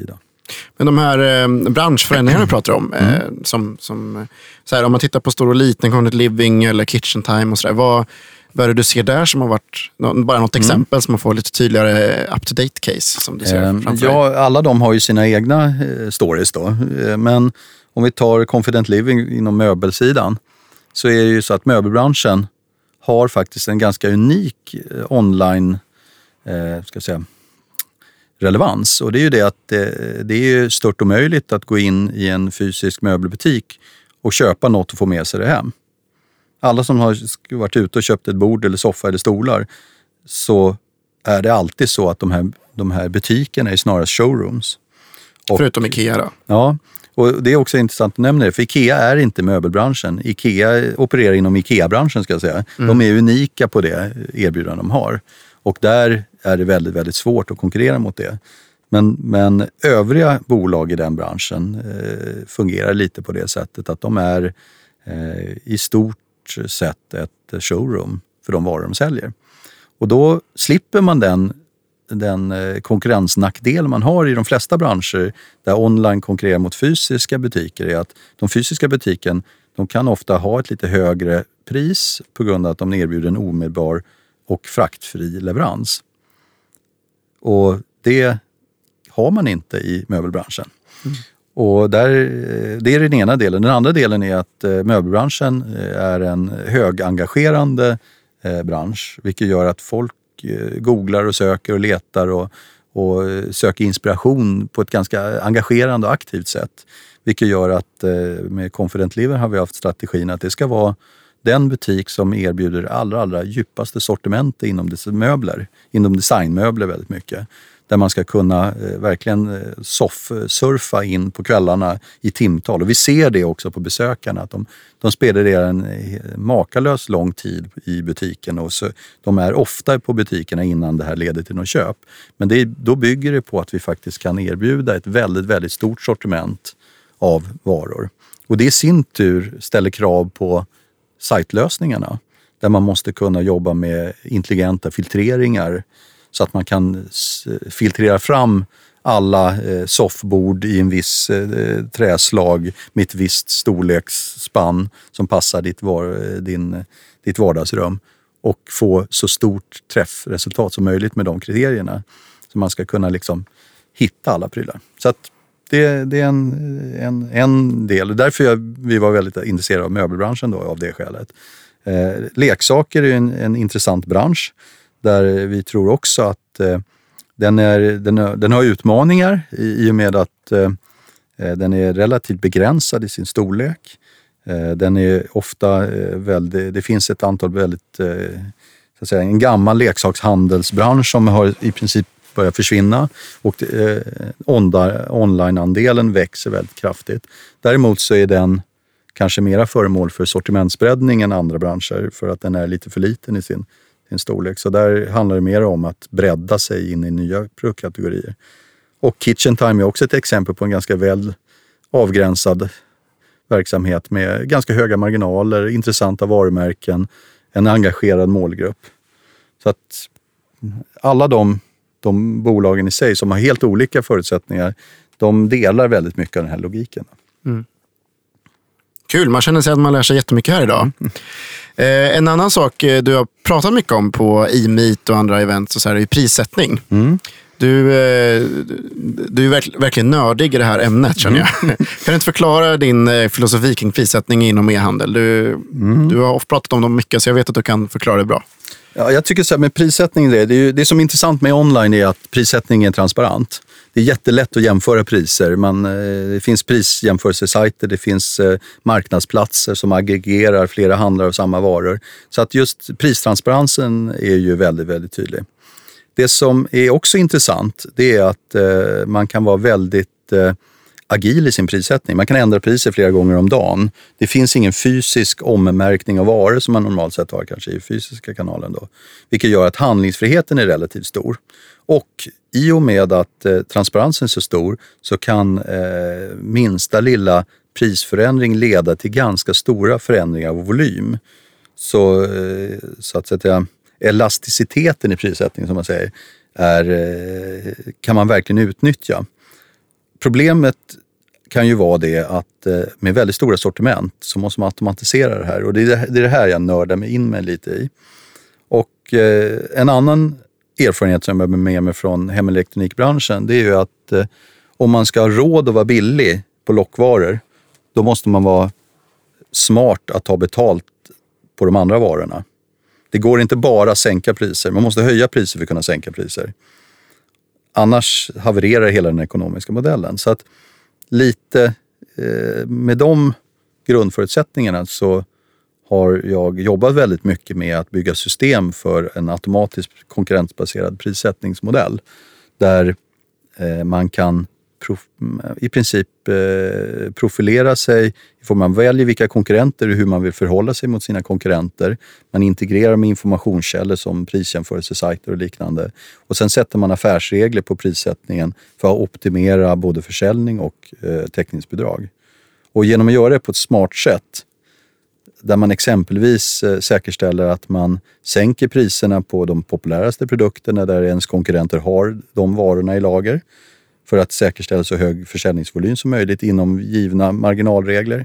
Men de här eh, branschförändringarna du pratar om, eh, Mm. som, som så här, om man tittar på stor och liten, Cognitive Living eller Kitchen Time och sådär, vad, vad är det du ser där som har varit, bara något exempel mm. som man får lite tydligare up-to-date case som du ser eh, framför Ja, dig? alla de har ju sina egna eh, stories då, eh, men om vi tar Confident Living inom möbelsidan så är det ju så att möbelbranschen har faktiskt en ganska unik eh, online eh, ska jag säga, relevans. Och det är ju det att eh, det är ju stört omöjligt att gå in i en fysisk möbelbutik och köpa något och få med sig det hem. Alla som har varit ute och köpt ett bord eller soffa eller stolar, så är det alltid så att de här, de här butikerna är snarast showrooms. Och, förutom Ikea då? Ja, och det är också intressant att nämna det, för Ikea är inte möbelbranschen. Ikea opererar inom Ikea-branschen ska jag säga. Mm. De är unika på det erbjudande de har. Och där är det väldigt, väldigt svårt att konkurrera mot det. Men, men övriga bolag i den branschen eh, fungerar lite på det sättet att de är eh, i stort sett ett showroom för de varor de säljer. Och då slipper man den, den konkurrensnackdel man har i de flesta branscher där online konkurrerar mot fysiska butiker, är att de fysiska butiken, de kan ofta ha ett lite högre pris på grund av att de erbjuder en omedelbar och fraktfri leverans. Och det har man inte i möbelbranschen. Mm. Och där, det är den ena delen. Den andra delen är att möbelbranschen är en högengagerande bransch, vilket gör att folk googlar och söker och letar och, och söker inspiration på ett ganska engagerande och aktivt sätt. Vilket gör att med Confident Living har vi haft strategin att det ska vara den butik som erbjuder allra, allra djupaste sortiment inom möbler, inom designmöbler väldigt mycket. Där man ska kunna eh, verkligen eh, soff-surfa in på kvällarna i timtal. Och vi ser det också på besökarna, att de, de spenderar en eh, makalös lång tid i butiken. Och så, de är ofta på butikerna innan det här leder till något köp. Men det, då bygger det på att vi faktiskt kan erbjuda ett väldigt, väldigt stort sortiment av varor. Och det i sin tur ställer krav på sajtlösningarna. Där man måste kunna jobba med intelligenta filtreringar. Så att man kan filtrera fram alla eh, soffbord i en viss eh, träslag med ett visst storleksspann som passar ditt, var, din, ditt vardagsrum. Och få så stort träffresultat som möjligt med de kriterierna. Så man ska kunna liksom hitta alla prylar. Så att det, det är en, en, en del. Därför jag, vi var väldigt intresserade av möbelbranschen då, av det skälet. Eh, leksaker är en, en intressant bransch. Där vi tror också att eh, den, är, den, är, den har utmaningar i, i och med att eh, den är relativt begränsad i sin storlek. Eh, den är ofta eh, väldigt, det finns ett antal väldigt, eh, så att säga, en gammal leksakshandelsbransch som har i princip börjat försvinna och eh, online-andelen växer väldigt kraftigt. Däremot så är den kanske mera föremål för sortimentsbreddning än andra branscher för att den är lite för liten i sin en storlek. Så där handlar det mer om att bredda sig in i nya produktkategorier. Och Kitchen Time är också ett exempel på en ganska väl avgränsad verksamhet med ganska höga marginaler, intressanta varumärken, en engagerad målgrupp. Så att alla de, de bolagen i sig som har helt olika förutsättningar, de delar väldigt mycket av den här logiken. Mm. Kul, man känner sig att man lär sig jättemycket här idag. Mm. Eh, en annan sak du har pratat mycket om på e-meet och andra event så, så här, är prissättning. Mm. Du, eh, du är verk, verkligen nördig i det här ämnet, känner jag. Mm. Kan du inte förklara din eh, filosofi kring prissättning inom e-handel? Du, mm. du har ofta pratat om dem mycket, så jag vet att du kan förklara det bra. Ja, jag tycker så här med prissättning, det, det, är ju, det som är intressant med online är att prissättning är transparent. Det är jättelätt att jämföra priser. Man, det finns prisjämförelsesajter, det finns marknadsplatser som aggregerar flera handlare av samma varor. Så att just pristransparensen är ju väldigt, väldigt tydlig. Det som är också intressant, det är att man kan vara väldigt agil i sin prissättning. Man kan ändra priser flera gånger om dagen. Det finns ingen fysisk ommärkning av varor som man normalt sett har kanske i fysiska kanalen då. Vilket gör att handlingsfriheten är relativt stor. Och i och med att eh, transparensen är så stor så kan eh, minsta lilla prisförändring leda till ganska stora förändringar av volym. Så, eh, så att säga, elasticiteten i prissättningen som man säger är, eh, kan man verkligen utnyttja. problemet kan ju vara det att eh, med väldigt stora sortiment så måste man automatisera det här. Och det är det, det är det här jag nördar mig in med lite i. Och eh, en annan erfarenhet som jag har med mig från hemelektronikbranschen, det är ju att eh, om man ska ha råd att vara billig på lockvaror, då måste man vara smart att ta betalt på de andra varorna. Det går inte bara att sänka priser, man måste höja priser för att kunna sänka priser. Annars havererar hela den ekonomiska modellen. Så att lite eh, med de grundförutsättningarna så har jag jobbat väldigt mycket med att bygga system för en automatisk konkurrensbaserad prissättningsmodell. Där eh, man kan prof, i princip eh, profilera sig i form av man väljer vilka konkurrenter och hur man vill förhålla sig mot sina konkurrenter. Man integrerar med informationskällor som prisjämförelsesajter och liknande. Och sen sätter man affärsregler på prissättningen för att optimera både försäljning och eh, täckningsbidrag. Och genom att göra det på ett smart sätt, där man exempelvis eh, säkerställer att man sänker priserna på de populäraste produkterna där ens konkurrenter har de varorna i lager för att säkerställa så hög försäljningsvolym som möjligt inom givna marginalregler.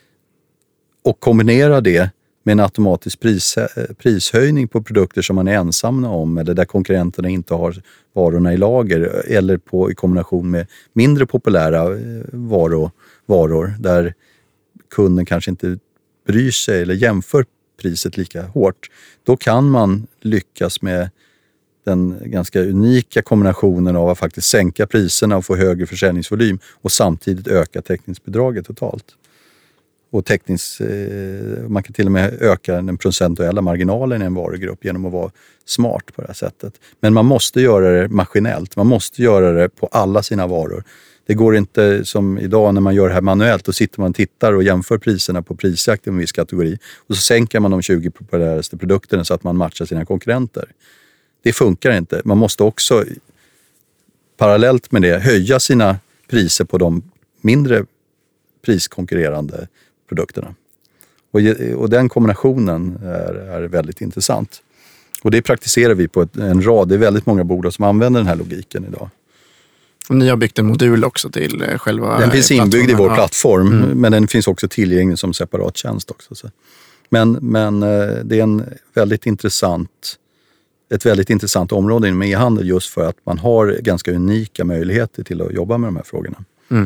Och kombinera det med en automatisk pris, prishöjning på produkter som man är ensamma om eller där konkurrenterna inte har varorna i lager, eller på, i kombination med mindre populära varor, varor där kunden kanske inte bryr sig eller jämför priset lika hårt. Då kan man lyckas med den ganska unika kombinationen av att faktiskt sänka priserna och få högre försäljningsvolym och samtidigt öka täckningsbidraget totalt. Och täcknings, man kan till och med öka den procentuella marginalen i en varugrupp genom att vara smart på det här sättet. Men man måste göra det maskinellt. Man måste göra det på alla sina varor. Det går inte som idag när man gör det här manuellt och sitter man och tittar och jämför priserna på prisjakt i en viss kategori och så sänker man de tjugo populäraste produkterna så att man matchar sina konkurrenter. Det funkar inte. Man måste också parallellt med det höja sina priser på de mindre priskonkurrerande produkterna. Och, och den kombinationen är, är väldigt intressant. Och det praktiserar vi på ett, en rad. Det är väldigt många bolag som använder den här logiken idag. Och ni har byggt en modul också till själva Den finns inbyggd i vår ja. plattform, mm. men den finns också tillgänglig som separat tjänst också. Så. Men, men det är en väldigt intressant, ett väldigt intressant område inom e-handel just för att man har ganska unika möjligheter till att jobba med de här frågorna. Mm.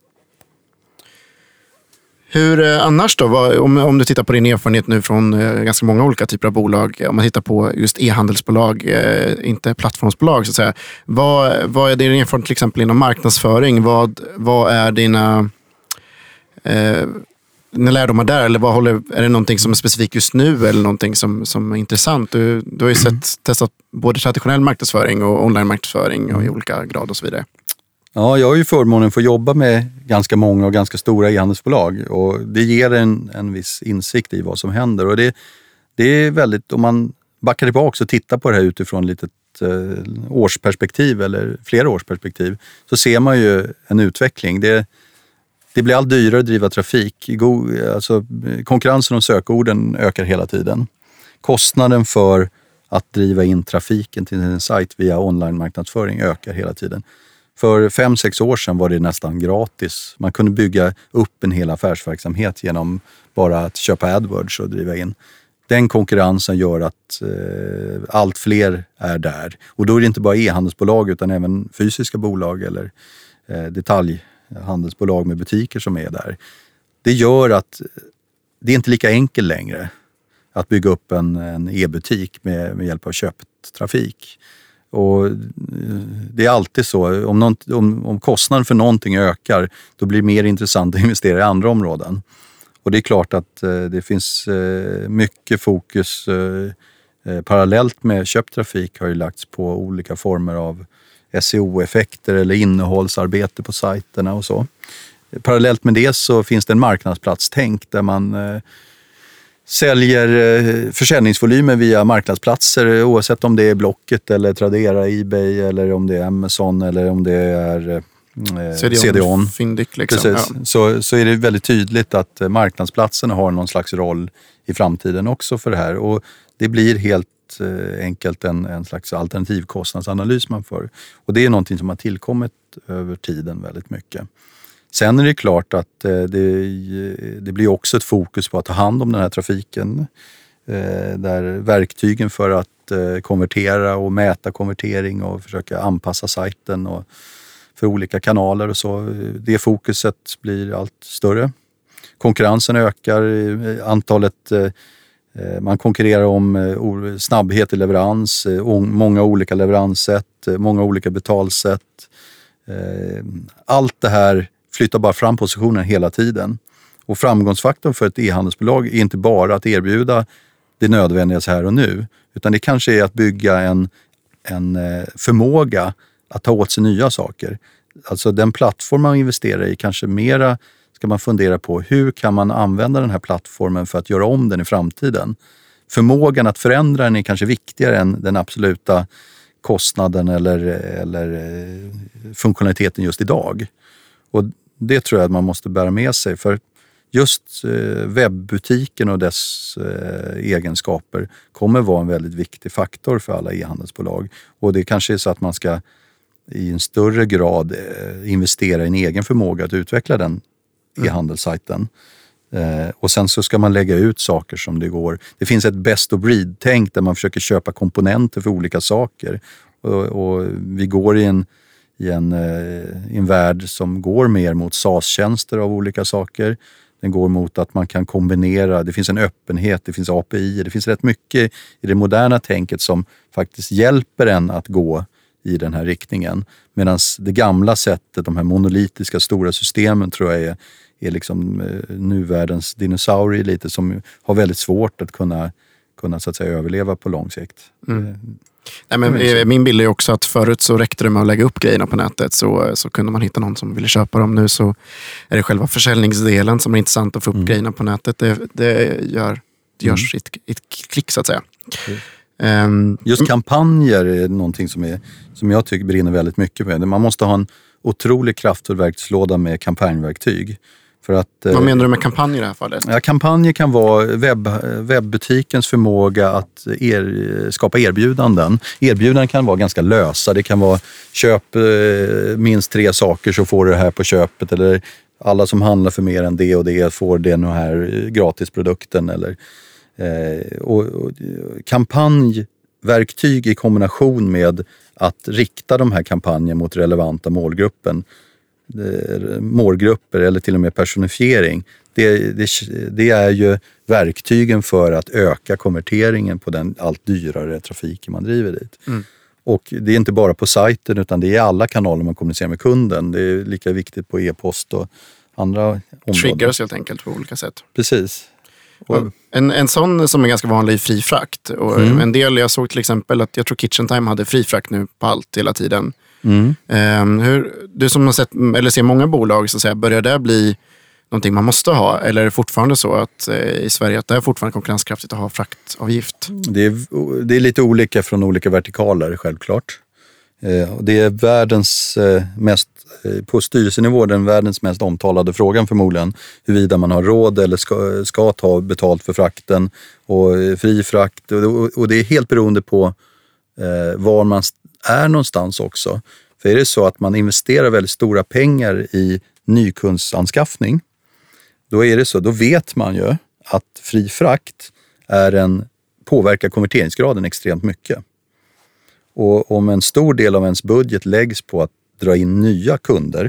Hur annars då, vad, om, om du tittar på din erfarenhet nu från eh, ganska många olika typer av bolag, om man tittar på just e-handelsbolag, eh, inte plattformsbolag så att säga. Vad, vad är din erfarenhet till exempel inom marknadsföring? Vad, vad är dina, eh, dina lärdomar där? Eller vad håller, är det någonting som är specifikt just nu eller någonting som, som är intressant? Du, du har ju sett, testat både traditionell marknadsföring och online marknadsföring och i olika grad och så vidare. Ja, jag har ju förmånen för att jobba med ganska många och ganska stora e-handelsbolag och det ger en, en viss insikt i vad som händer. Och det, det är väldigt, om man backar tillbaka och tittar på det här utifrån ett eh, årsperspektiv eller flera årsperspektiv så ser man ju en utveckling. Det, det blir allt dyrare att driva trafik. Alltså, konkurrensen om sökorden ökar hela tiden. Kostnaden för att driva in trafiken till en sajt via online-marknadsföring ökar hela tiden. För fem, sex år sedan var det nästan gratis. Man kunde bygga upp en hel affärsverksamhet genom bara att köpa AdWords och driva in. Den konkurrensen gör att eh, allt fler är där. Och då är det inte bara e-handelsbolag utan även fysiska bolag eller eh, detaljhandelsbolag med butiker som är där. Det gör att det är inte lika enkelt längre att bygga upp en, en e-butik med, med hjälp av köptrafik. Och det är alltid så, om, någon, om, om kostnaden för någonting ökar då blir det mer intressant att investera i andra områden. Och det är klart att eh, det finns eh, mycket fokus eh, parallellt med köptrafik har ju lagts på olika former av S E O-effekter eller innehållsarbete på sajterna och så. Parallellt med det så finns det en marknadsplatstänk där man eh, säljer försäljningsvolymer via marknadsplatser oavsett om det är Blocket eller Tradera, eBay eller om det är Amazon eller om det är eh, C D O N. Fyndik liksom. Precis. Ja. Så, så är det väldigt tydligt att marknadsplatserna har någon slags roll i framtiden också för det här och det blir helt väldigt enkelt en, en slags alternativkostnadsanalys man får. Och det är någonting som har tillkommit över tiden väldigt mycket. Sen är det klart att det, det blir också ett fokus på att ta hand om den här trafiken. Där verktygen för att konvertera och mäta konvertering och försöka anpassa sajten och för olika kanaler och så. Det fokuset blir allt större. Konkurrensen ökar, antalet, man konkurrerar om snabbhet i leverans, många olika leveranssätt, många olika betalsätt. Allt det här flyttar bara fram positionen hela tiden. Och framgångsfaktorn för ett e-handelsbolag är inte bara att erbjuda det nödvändiga så här och nu, utan det kanske är att bygga en, en förmåga att ta åt sig nya saker. Alltså den plattform man investerar i, kanske mera ska man fundera på hur kan man använda den här plattformen för att göra om den i framtiden. Förmågan att förändra den är kanske viktigare än den absoluta kostnaden eller, eller funktionaliteten just idag. Och det tror jag att man måste bära med sig, för just webbutiken och dess egenskaper kommer vara en väldigt viktig faktor för alla e-handelsbolag. Och det kanske är så att man ska i en större grad investera i en egen förmåga att utveckla den e-handelssajten. Mm. Och sen så ska man lägga ut saker som det går. Det finns ett best of breed-tänk där man försöker köpa komponenter för olika saker. Och, och vi går i en, i, en, i en värld som går mer mot SaaS-tjänster av olika saker. Den går mot att man kan kombinera, det finns en öppenhet, det finns A P I, det finns rätt mycket i det moderna tänket som faktiskt hjälper en att gå i den här riktningen. Medan det gamla sättet, de här monolitiska stora systemen tror jag är, är liksom nuvärldens dinosaurier lite som har väldigt svårt att kunna, kunna så att säga överleva på lång sikt. Mm. Nej, men min bild är också att förut så räckte det med att lägga upp grejerna på nätet så, så kunde man hitta någon som ville köpa dem. Nu så är det själva försäljningsdelen som är intressant att få upp mm. grejerna på nätet. Det, det, gör, det görs mm. i ett klick så att säga. Mm. Um, Just kampanjer är någonting som, är, som jag tycker brinner väldigt mycket med. Man måste ha en otroligt kraftfull verktygslåda med kampanjverktyg. För att, vad menar du med kampanjer i det här fallet? Ja, kampanjer kan vara webb, webbutikens förmåga att er, skapa erbjudanden. Erbjudanden kan vara ganska lösa. Det kan vara köp eh, minst tre saker så får du det här på köpet. Eller alla som handlar för mer än det och det får den här gratisprodukten. Eller, eh, och, och, kampanjverktyg i kombination med att rikta de här kampanjerna mot relevanta målgruppen. målgrupper eller till och med personifiering. Det, det, det är ju verktygen för att öka konverteringen på den allt dyrare trafiken man driver dit. Mm. Och det är inte bara på sajten utan det är alla kanaler man kommunicerar med kunden. Det är lika viktigt på e-post och andra områden. Triggers helt enkelt på olika sätt. Precis. Och en, en sån som är ganska vanlig fri frakt. Och mm. en del, jag såg till exempel att jag tror Kitchen Time hade fri frakt nu på allt hela tiden. Mm. Um, hur, du som har sett eller ser många bolag så att säga, börjar det bli någonting man måste ha, eller är det fortfarande så att eh, i Sverige att det är fortfarande konkurrenskraftigt att ha fraktavgift? Det är, det är lite olika från olika vertikaler självklart. Eh, det är världens eh, mest eh, på styrelsenivå den världens mest omtalade frågan förmodligen, huruvida man har råd eller ska, ska ta betalt för frakten och eh, fri frakt och, och, och det är helt beroende på eh, var man är någonstans också. För är det så att man investerar väldigt stora pengar i nykundsanskaffning, då är det så, då vet man ju att fri frakt är en, påverkar konverteringsgraden extremt mycket. Och om en stor del av ens budget läggs på att dra in nya kunder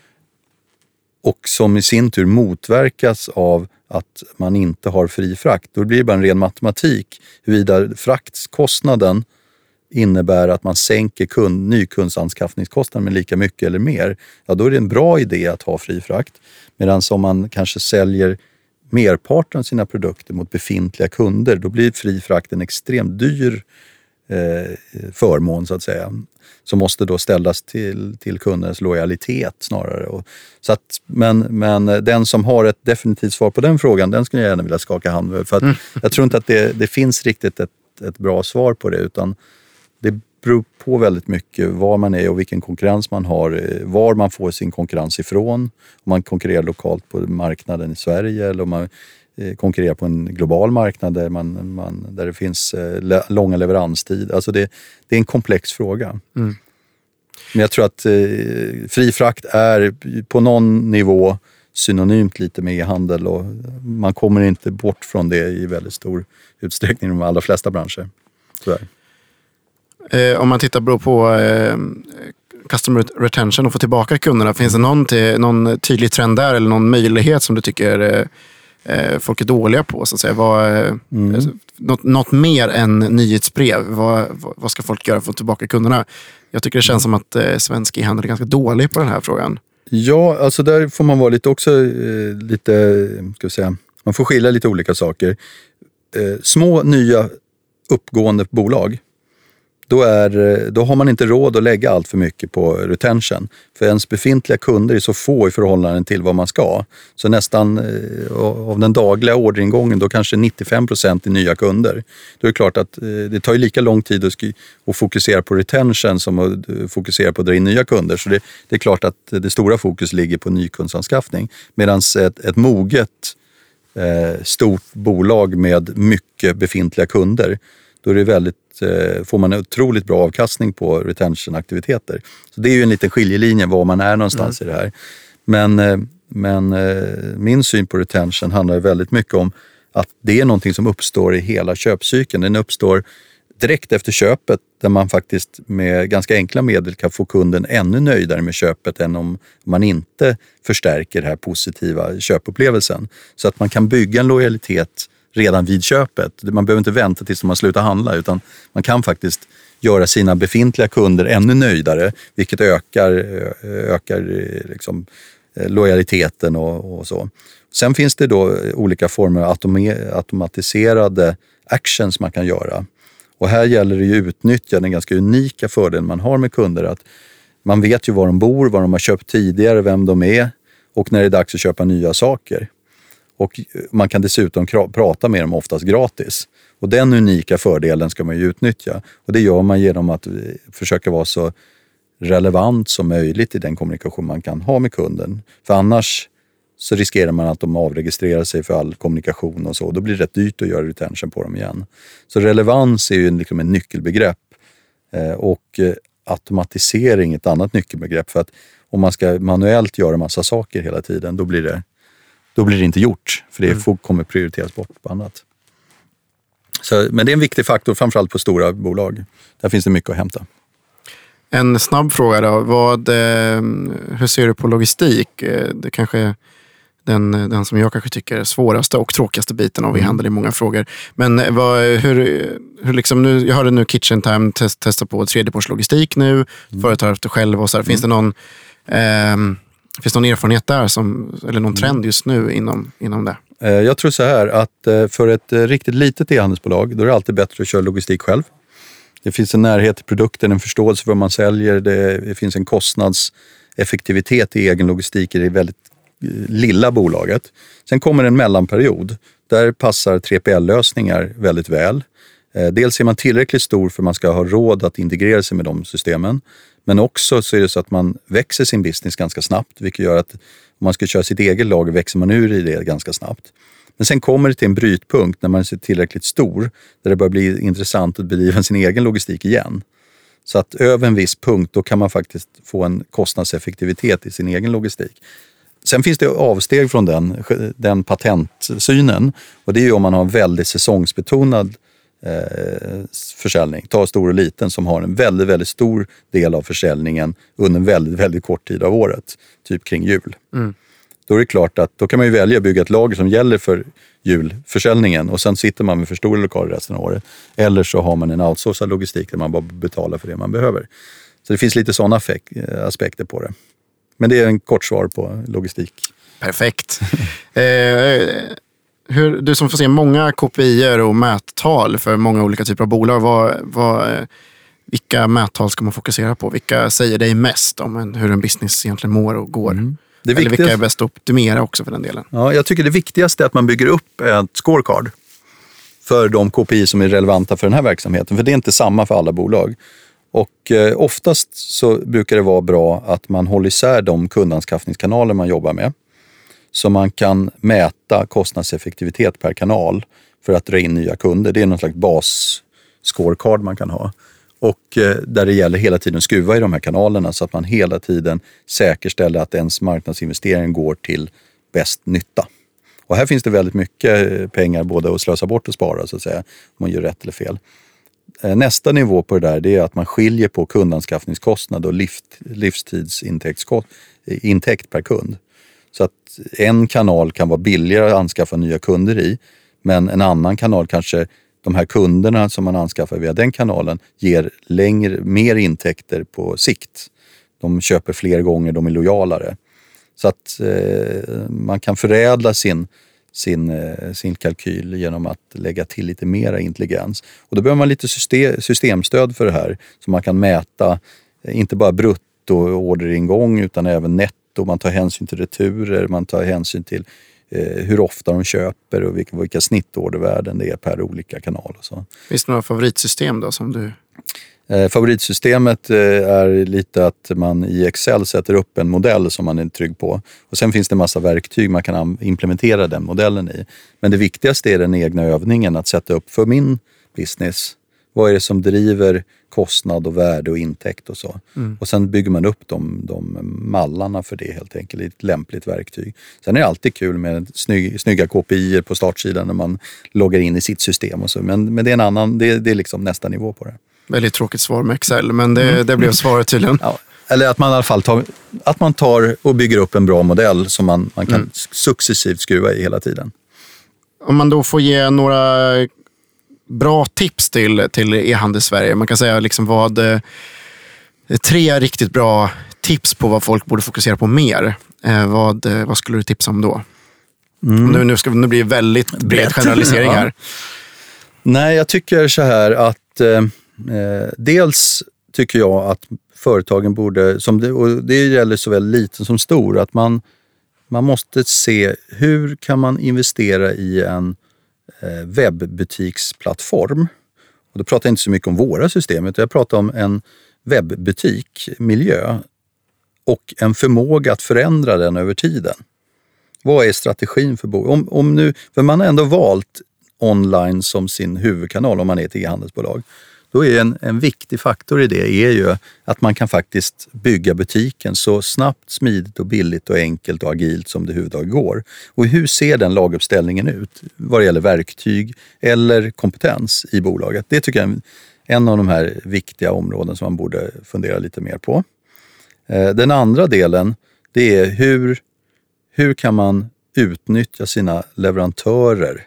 och som i sin tur motverkas av att man inte har fri frakt, då blir det bara en ren matematik huruvida fraktkostnaden innebär att man sänker kund, nykundsanskaffningskostnaden med lika mycket eller mer, ja då är det en bra idé att ha fri frakt. Medan om man kanske säljer merparten av sina produkter mot befintliga kunder, då blir fri frakt en extremt dyr eh, förmån så att säga. Som måste då ställas till, till kundens lojalitet snarare. Och, så att, men, men den som har ett definitivt svar på den frågan, den skulle jag gärna vilja skaka hand med. För att mm. jag tror inte att det, det finns riktigt ett, ett bra svar på det, utan det beror på väldigt mycket var man är och vilken konkurrens man har, var man får sin konkurrens ifrån. Om man konkurrerar lokalt på marknaden i Sverige eller om man konkurrera på en global marknad där, man, man, där det finns eh, långa leveranstid. Alltså det, det är en komplex fråga. Mm. Men jag tror att eh, fri frakt är på någon nivå synonymt lite med e-handel och man kommer inte bort från det i väldigt stor utsträckning i de allra flesta branscher. Tyvärr. Eh, om man tittar på eh, customer retention och få tillbaka kunderna, finns det någon, till, någon tydlig trend där eller någon möjlighet som du tycker eh, folk är dåliga på? Så att säga? Vad, mm. eh, något, något mer än nyhetsbrev? Vad, vad ska folk göra för att få tillbaka kunderna? Jag tycker det känns som att eh, svensk e-handel är ganska dålig på den här frågan. Ja, alltså där får man vara lite också eh, lite, ska vi säga, man får skilja lite olika saker. Eh, små, nya, uppgående bolag, då, är, då har man inte råd att lägga allt för mycket på retention. För ens befintliga kunder är så få i förhållande till vad man ska. Så nästan eh, av den dagliga orderingången, då kanske nittiofem procent är nya kunder. Då är det klart att eh, det tar ju lika lång tid att, sk- att fokusera på retention som att uh, fokusera på att dra in nya kunder. Så det, det är klart att det stora fokus ligger på nykundsanskaffning. Medan ett, ett moget eh, stort bolag med mycket befintliga kunder, då är det väldigt, får man en otroligt bra avkastning på retention-aktiviteter. Så det är ju en liten skiljelinje var man är någonstans mm. i det här. Men, men min syn på retention handlar väldigt mycket om att det är någonting som uppstår i hela köpcykeln. Den uppstår direkt efter köpet där man faktiskt med ganska enkla medel kan få kunden ännu nöjdare med köpet än om man inte förstärker den här positiva köpupplevelsen. Så att man kan bygga en lojalitet redan vid köpet. Man behöver inte vänta tills man slutar handla, utan man kan faktiskt göra sina befintliga kunder ännu nöjdare, vilket ökar, ökar liksom lojaliteten och, och så. Sen finns det då olika former av automa- automatiserade actions man kan göra. Och här gäller det ju att utnyttja den ganska unika fördelen man har med kunder, att man vet ju var de bor, vad de har köpt tidigare, vem de är och när det är dags att köpa nya saker. Och man kan dessutom prata med dem oftast gratis. Och den unika fördelen ska man ju utnyttja. Och det gör man genom att försöka vara så relevant som möjligt i den kommunikation man kan ha med kunden. För annars så riskerar man att de avregistrerar sig för all kommunikation och så. Då blir det rätt dyrt att göra retention på dem igen. Så relevans är ju liksom en nyckelbegrepp. Och automatisering är ett annat nyckelbegrepp. För att om man ska manuellt göra massa saker hela tiden, då blir det Då blir det inte gjort, för det mm. kommer prioriteras bort på annat. Så, men det är en viktig faktor, framförallt på stora bolag. Där finns det mycket att hämta. En snabb fråga då. Vad, hur ser du på logistik? Det kanske är den, den som jag kanske tycker är svåraste och tråkigaste biten av e-handel i många frågor. Men vad, hur, hur liksom nu, jag hörde nu Kitchen Time test, testa på tredjepartslogistik nu. Mm. Företag efter själv och så här. Finns det någon... Eh, Finns det någon erfarenhet där som, eller någon trend just nu inom, inom det? Jag tror så här att för ett riktigt litet e-handelsbolag, då är det alltid bättre att köra logistik själv. Det finns en närhet till produkten, en förståelse för vad man säljer. Det finns en kostnadseffektivitet i egen logistik i det väldigt lilla bolaget. Sen kommer en mellanperiod. Där passar tre P L-lösningar väldigt väl. Dels är man tillräckligt stor för att man ska ha råd att integrera sig med de systemen. Men också så är det så att man växer sin business ganska snabbt, vilket gör att om man ska köra sitt eget lager växer man ur i det ganska snabbt. Men sen kommer det till en brytpunkt när man är tillräckligt stor där det börjar bli intressant att bedriva sin egen logistik igen. Så att över en viss punkt då kan man faktiskt få en kostnadseffektivitet i sin egen logistik. Sen finns det avsteg från den, den patentsynen, och det är ju om man har en väldigt säsongsbetonad Eh, försäljning. Ta stor och liten som har en väldigt, väldigt stor del av försäljningen under en väldigt, väldigt kort tid av året. Typ kring jul. Mm. Då är det klart att då kan man ju välja att bygga ett lager som gäller för julförsäljningen och sen sitter man med för stora lokaler resten av året. Eller så har man en outsourcad logistik där man bara betalar för det man behöver. Så det finns lite sådana aspekter på det. Men det är en kort svar på logistik. Perfekt. eh, Hur, du som får se många K P I-er och mättal för många olika typer av bolag, vad, vad, vilka mättal ska man fokusera på? Vilka säger dig mest om en, hur en business egentligen mår och går? Mm. Det Eller vilka är bäst att optimera också för den delen? Ja, jag tycker det viktigaste är att man bygger upp ett scorecard för de K P I som är relevanta för den här verksamheten. För det är inte samma för alla bolag. Och eh, oftast så brukar det vara bra att man håller isär de kundanskaffningskanaler man jobbar med. så man kan mäta kostnadseffektivitet per kanal för att dra in nya kunder. Det är någon slags bas-scorecard man kan ha. Och eh, där det gäller hela tiden att skruva i de här kanalerna så att man hela tiden säkerställer att ens marknadsinvestering går till bäst nytta. Och här finns det väldigt mycket pengar både att slösa bort och spara så att säga, om man gör rätt eller fel. Nästa nivå på det där det är att man skiljer på kundanskaffningskostnad och lift, livstidsintäkt per kund. Så att en kanal kan vara billigare att anskaffa nya kunder i, men en annan kanal kanske de här kunderna som man anskaffar via den kanalen ger längre, mer intäkter på sikt. De köper fler gånger, de är lojalare. Så att eh, man kan förädla sin, sin, eh, sin kalkyl genom att lägga till lite mera intelligens. Och då behöver man lite system, systemstöd för det här. Så man kan mäta eh, inte bara brutto orderingång utan även netto. Man tar hänsyn till returer, man tar hänsyn till eh, hur ofta de köper och vilka, vilka snittordervärden det är per olika kanal. Och så. Finns det några favoritsystem då som du... Eh, favoritsystemet eh, är lite att man i Excel sätter upp en modell som man är trygg på. Och sen finns det en massa verktyg man kan implementera den modellen i. Men det viktigaste är den egna övningen att sätta upp för min business. Vad är det som driver kostnad och värde och intäkt och så. Mm. Och sen bygger man upp de, de mallarna för det helt enkelt i ett lämpligt verktyg. Sen är det alltid kul med snygg, snygga K P I på startsidan när man loggar in i sitt system och så. Men, men det är en annan, det, det är liksom nästa nivå på det. Väldigt tråkigt svar med Excel, men det, mm. det blev svaret tydligen. Ja, eller att man i alla fall tar, att man tar och bygger upp en bra modell som man, man kan mm. successivt skruva i hela tiden. Om man då får ge några bra tips till, till e-handel Sverige. Man kan säga liksom vad tre riktigt bra tips på vad folk borde fokusera på mer. Eh, vad, vad skulle du tipsa om då? Mm. Nu, nu ska nu blir det väldigt bred generalisering här. Ja. Nej, jag tycker så här att eh, dels tycker jag att företagen borde, som det, och det gäller såväl liten som stor, att man, man måste se hur kan man investera i en eh, webbutiksplattform. Och då pratar jag inte så mycket om våra system, utan jag pratar om en webbutikmiljö och en förmåga att förändra den över tiden. Vad är strategin för bolag? Om, om nu, för man har ändå valt online som sin huvudkanal om man är ett e-handelsbolag. Då är en, en viktig faktor i det är ju att man kan faktiskt bygga butiken så snabbt, smidigt och billigt och enkelt och agilt som det huvudtaget går. Och hur ser den laguppställningen ut vad det gäller verktyg eller kompetens i bolaget? Det tycker jag är en, en av de här viktiga områden som man borde fundera lite mer på. Den andra delen, det är hur, hur kan man utnyttja sina leverantörer,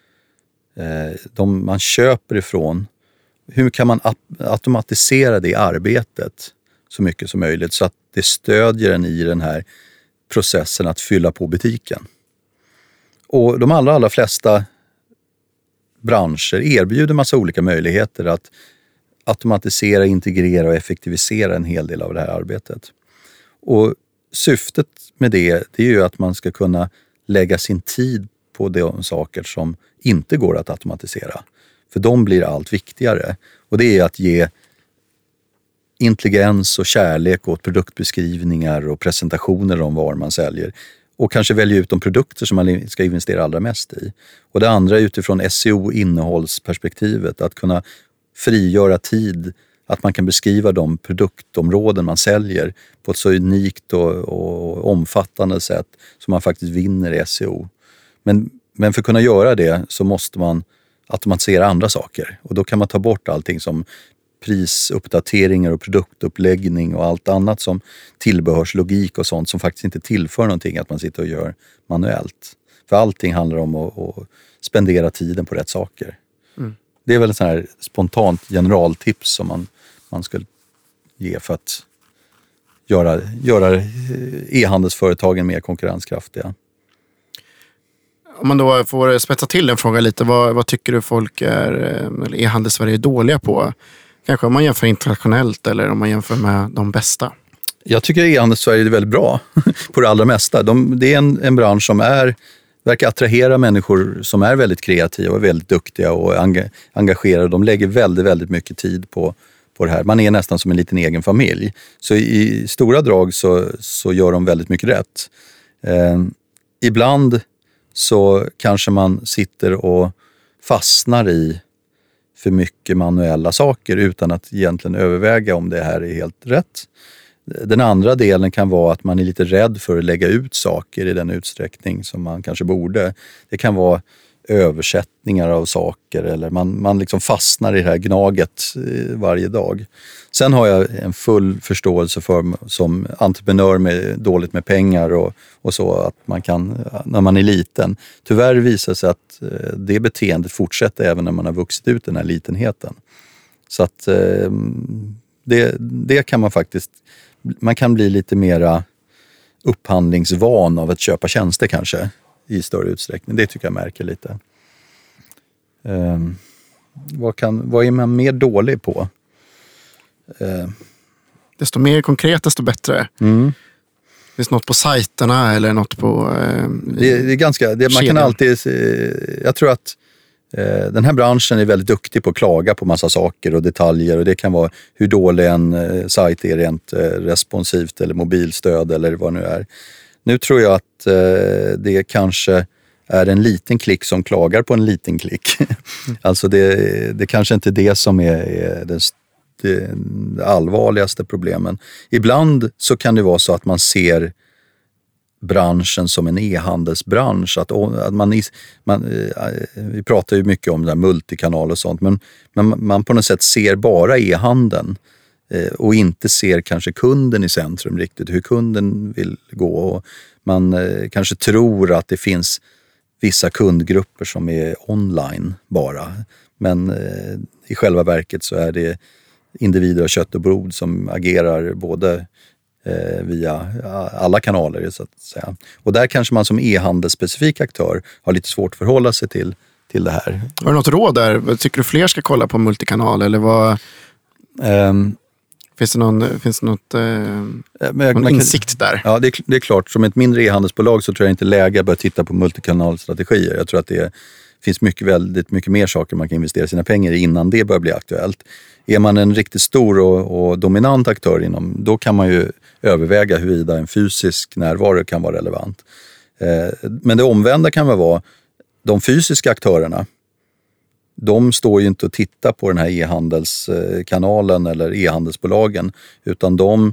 de man köper ifrån. Hur kan man automatisera det arbetet så mycket som möjligt så att det stödjer en i den här processen att fylla på butiken. Och de allra, allra flesta branscher erbjuder massa olika möjligheter att automatisera, integrera och effektivisera en hel del av det här arbetet. Och syftet med det, det är ju att man ska kunna lägga sin tid på de saker som inte går att automatisera. För de blir allt viktigare. Och det är att ge intelligens och kärlek åt produktbeskrivningar och presentationer om vad man säljer. Och kanske välja ut de produkter som man ska investera allra mest i. Och det andra är utifrån S E O-innehållsperspektivet. Att kunna frigöra tid. Att man kan beskriva de produktområden man säljer på ett så unikt och, och omfattande sätt som man faktiskt vinner i S E O. Men, men för att kunna göra det så måste man automatisera andra saker. Och då kan man ta bort allting som prisuppdateringar och produktuppläggning och allt annat som tillbehörslogik och sånt som faktiskt inte tillför någonting att man sitter och gör manuellt. För allting handlar om att, att spendera tiden på rätt saker. Mm. Det är väl en sån här spontant generaltips som man, man skulle ge för att göra, göra e-handelsföretagen mer konkurrenskraftiga. Om man då får spetsa till den frågan lite, vad, vad tycker du folk är, eller e-handel Sverige är dåliga på? Kanske om man jämför internationellt eller om man jämför med de bästa? Jag tycker e-handel Sverige är väldigt bra på det allra mesta. De, det är en, en bransch som är, verkar attrahera människor som är väldigt kreativa och väldigt duktiga och engagerade. De lägger väldigt, väldigt mycket tid på, på det här. Man är nästan som en liten egen familj. Så i, i stora drag så, så gör de väldigt mycket rätt. Eh, ibland så kanske man sitter och fastnar i för mycket manuella saker utan att egentligen överväga om det här är helt rätt. Den andra delen kan vara att man är lite rädd för att lägga ut saker i den utsträckning som man kanske borde. Det kan vara översättningar av saker eller man, man liksom fastnar i det här gnaget varje dag. Sen har jag en full förståelse för som entreprenör med dåligt med pengar och, och så att man kan, när man är liten. Tyvärr visar sig att det beteendet fortsätter även när man har vuxit ut den här litenheten. Så att det, det kan man faktiskt, man kan bli lite mera upphandlingsvan av att köpa tjänster kanske i större utsträckning. Det tycker jag märker lite. Um, vad, kan, vad är man mer dålig på? Uh, desto mer konkret, desto bättre. Mm. Finns något på sajterna eller något på... Eh, det, det är ganska... Det, man kan alltid... Jag tror att eh, den här branschen är väldigt duktig på att klaga på massa saker och detaljer. Och det kan vara hur dålig en eh, sajt är rent eh, responsivt eller mobilstöd eller vad det nu är. Nu tror jag att eh, det kanske är en liten klick som klagar på en liten klick. Mm. Alltså det, det kanske inte är det som är, är det, det, det allvarligaste problemen. Ibland så kan det vara så att man ser branschen som en e-handelsbransch. Att, att man, man, vi pratar ju mycket om det här multikanal och sånt, men, men man på något sätt ser bara e-handeln och inte ser kanske kunden i centrum riktigt, hur kunden vill gå. Och man eh, kanske tror att det finns vissa kundgrupper som är online bara. Men eh, i själva verket så är det individer av kött och blod som agerar både eh, via alla kanaler så att säga. Och där kanske man som e-handelsspecifik aktör har lite svårt att förhålla sig till, till det här. Har du något råd där? Tycker du fler ska kolla på multikanal eller vad... Um, Finns det någon, finns det något, eh, men jag, någon man insikt där? Ja, det är, det är klart. Som ett mindre e-handelsbolag så tror jag inte läge att börja titta på multikanalstrategier. Jag tror att det är, finns mycket, väldigt mycket mer saker man kan investera sina pengar i innan det börjar bli aktuellt. Är man en riktigt stor och, och dominant aktör inom, då kan man ju överväga huruvida en fysisk närvaro kan vara relevant. Eh, men det omvända kan väl vara de fysiska aktörerna. De står ju inte och tittar på den här e-handelskanalen eller e-handelsbolagen, utan de,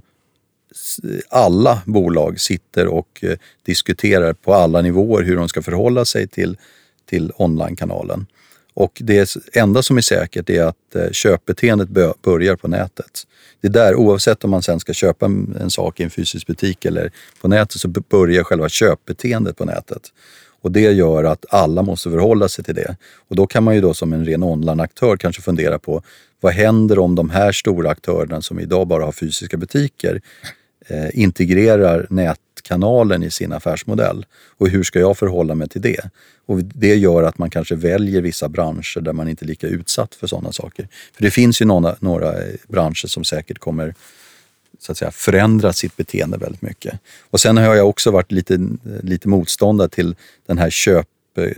alla bolag sitter och diskuterar på alla nivåer hur de ska förhålla sig till, till online-kanalen. Och det enda som är säkert är att köpbeteendet börjar på nätet. Det är där, oavsett om man sen ska köpa en sak i en fysisk butik eller på nätet, så börjar själva köpbeteendet på nätet. Och det gör att alla måste förhålla sig till det. Och då kan man ju då som en ren online-aktör kanske fundera på vad händer om de här stora aktörerna som idag bara har fysiska butiker eh, integrerar nätkanalen i sin affärsmodell. Och hur ska jag förhålla mig till det? Och det gör att man kanske väljer vissa branscher där man inte är lika utsatt för sådana saker. För det finns ju några, några branscher som säkert kommer så att säga förändra sitt beteende väldigt mycket. Och sen har jag också varit lite, lite motståndare till den här köp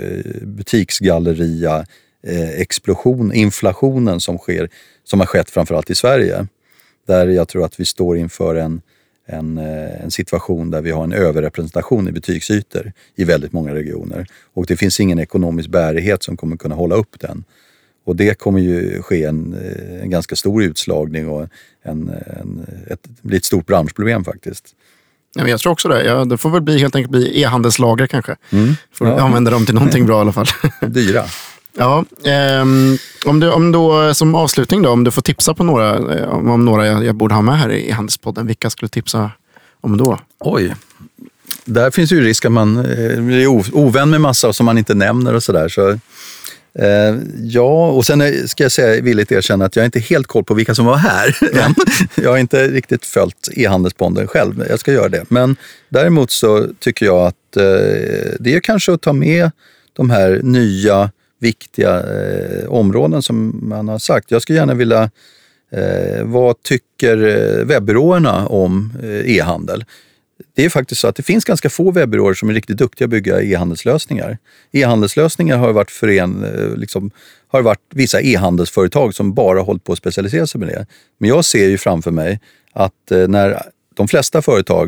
butiksgalleria eh, explosion, inflationen som sker, som har skett framförallt i Sverige. Där jag tror att vi står inför en, en, en situation där vi har en överrepresentation i butiksytor i väldigt många regioner. Och det finns ingen ekonomisk bärighet som kommer kunna hålla upp den. Och det kommer ju ske en, en ganska stor utslagning och en, en, ett, bli ett stort branschproblem faktiskt. Ja, men jag tror också det. Ja, det får väl bli, helt enkelt bli e-handelslager kanske. Mm. Får ja. använda dem till någonting bra i alla fall. Dyra. Ja, eh, om, du, om då som avslutning då, om du får tipsa på några, om, om några jag, jag borde ha med här i e-handelspodden, vilka skulle du tipsa om då? Oj, där finns ju risk att man är ovän med massa som man inte nämner och sådär. Så, eh, ja, och sen ska jag säga villigt erkänna att jag inte helt koll på vilka som var här. Jag har inte riktigt följt e-handelspodden själv, jag ska göra det. Men däremot så tycker jag att eh, det är kanske att ta med de här nya viktiga eh, områden som man har sagt. Jag skulle gärna vilja, eh, vad tycker webbyråerna om eh, e-handel? Det är faktiskt så att det finns ganska få webbyråer som är riktigt duktiga att bygga e-handelslösningar. E-handelslösningar har varit fören, liksom, har varit vissa e-handelsföretag som bara hållit på att specialisera sig med det. Men jag ser ju framför mig att eh, när de flesta företag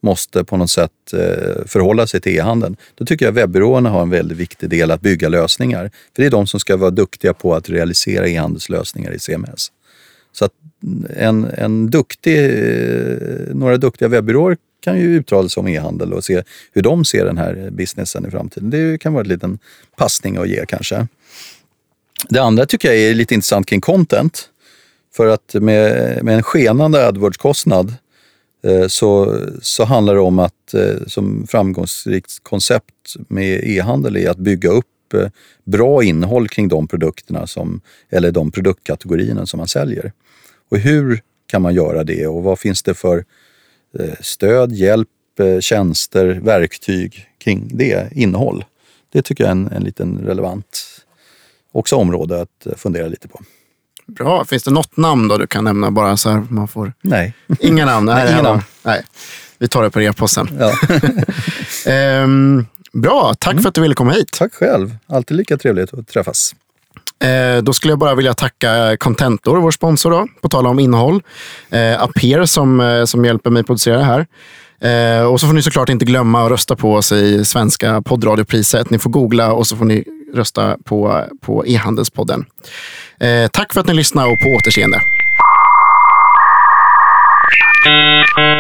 måste på något sätt förhålla sig till e-handeln. Då tycker jag webbyråerna har en väldigt viktig del att bygga lösningar. För det är de som ska vara duktiga på att realisera e-handelslösningar i C M S. Så att en, en duktig, några duktiga webbyråer kan ju uttala sig om e-handel och se hur de ser den här businessen i framtiden. Det kan vara en liten passning att ge kanske. Det andra tycker jag är lite intressant kring content. För att med, med en skenande AdWords-kostnad så, så handlar det om att som framgångsrikt koncept med e-handel är att bygga upp bra innehåll kring de produkterna som, eller de produktkategorierna som man säljer. Och hur kan man göra det och vad finns det för stöd, hjälp, tjänster, verktyg kring det innehåll? Det tycker jag är en, en liten relevant också område att fundera lite på. Bra. Finns det något namn då du kan nämna bara så här man får... Nej. Inga namn? Nej, Nej, inga namn. Nej. Vi tar det på e-posten. Ja. ehm, bra. Tack mm. för att du ville komma hit. Tack själv. Alltid lika trevligt att träffas. Eh, då skulle jag bara vilja tacka Contentor, vår sponsor då, på tala om innehåll. Eh, Appear som, eh, som hjälper mig producera det här. Eh, och så får ni såklart inte glömma att rösta på oss i svenska poddradiopriset. Ni får googla och så får ni rösta på, på e-handelspodden. Eh, tack för att ni lyssnade och på återseende.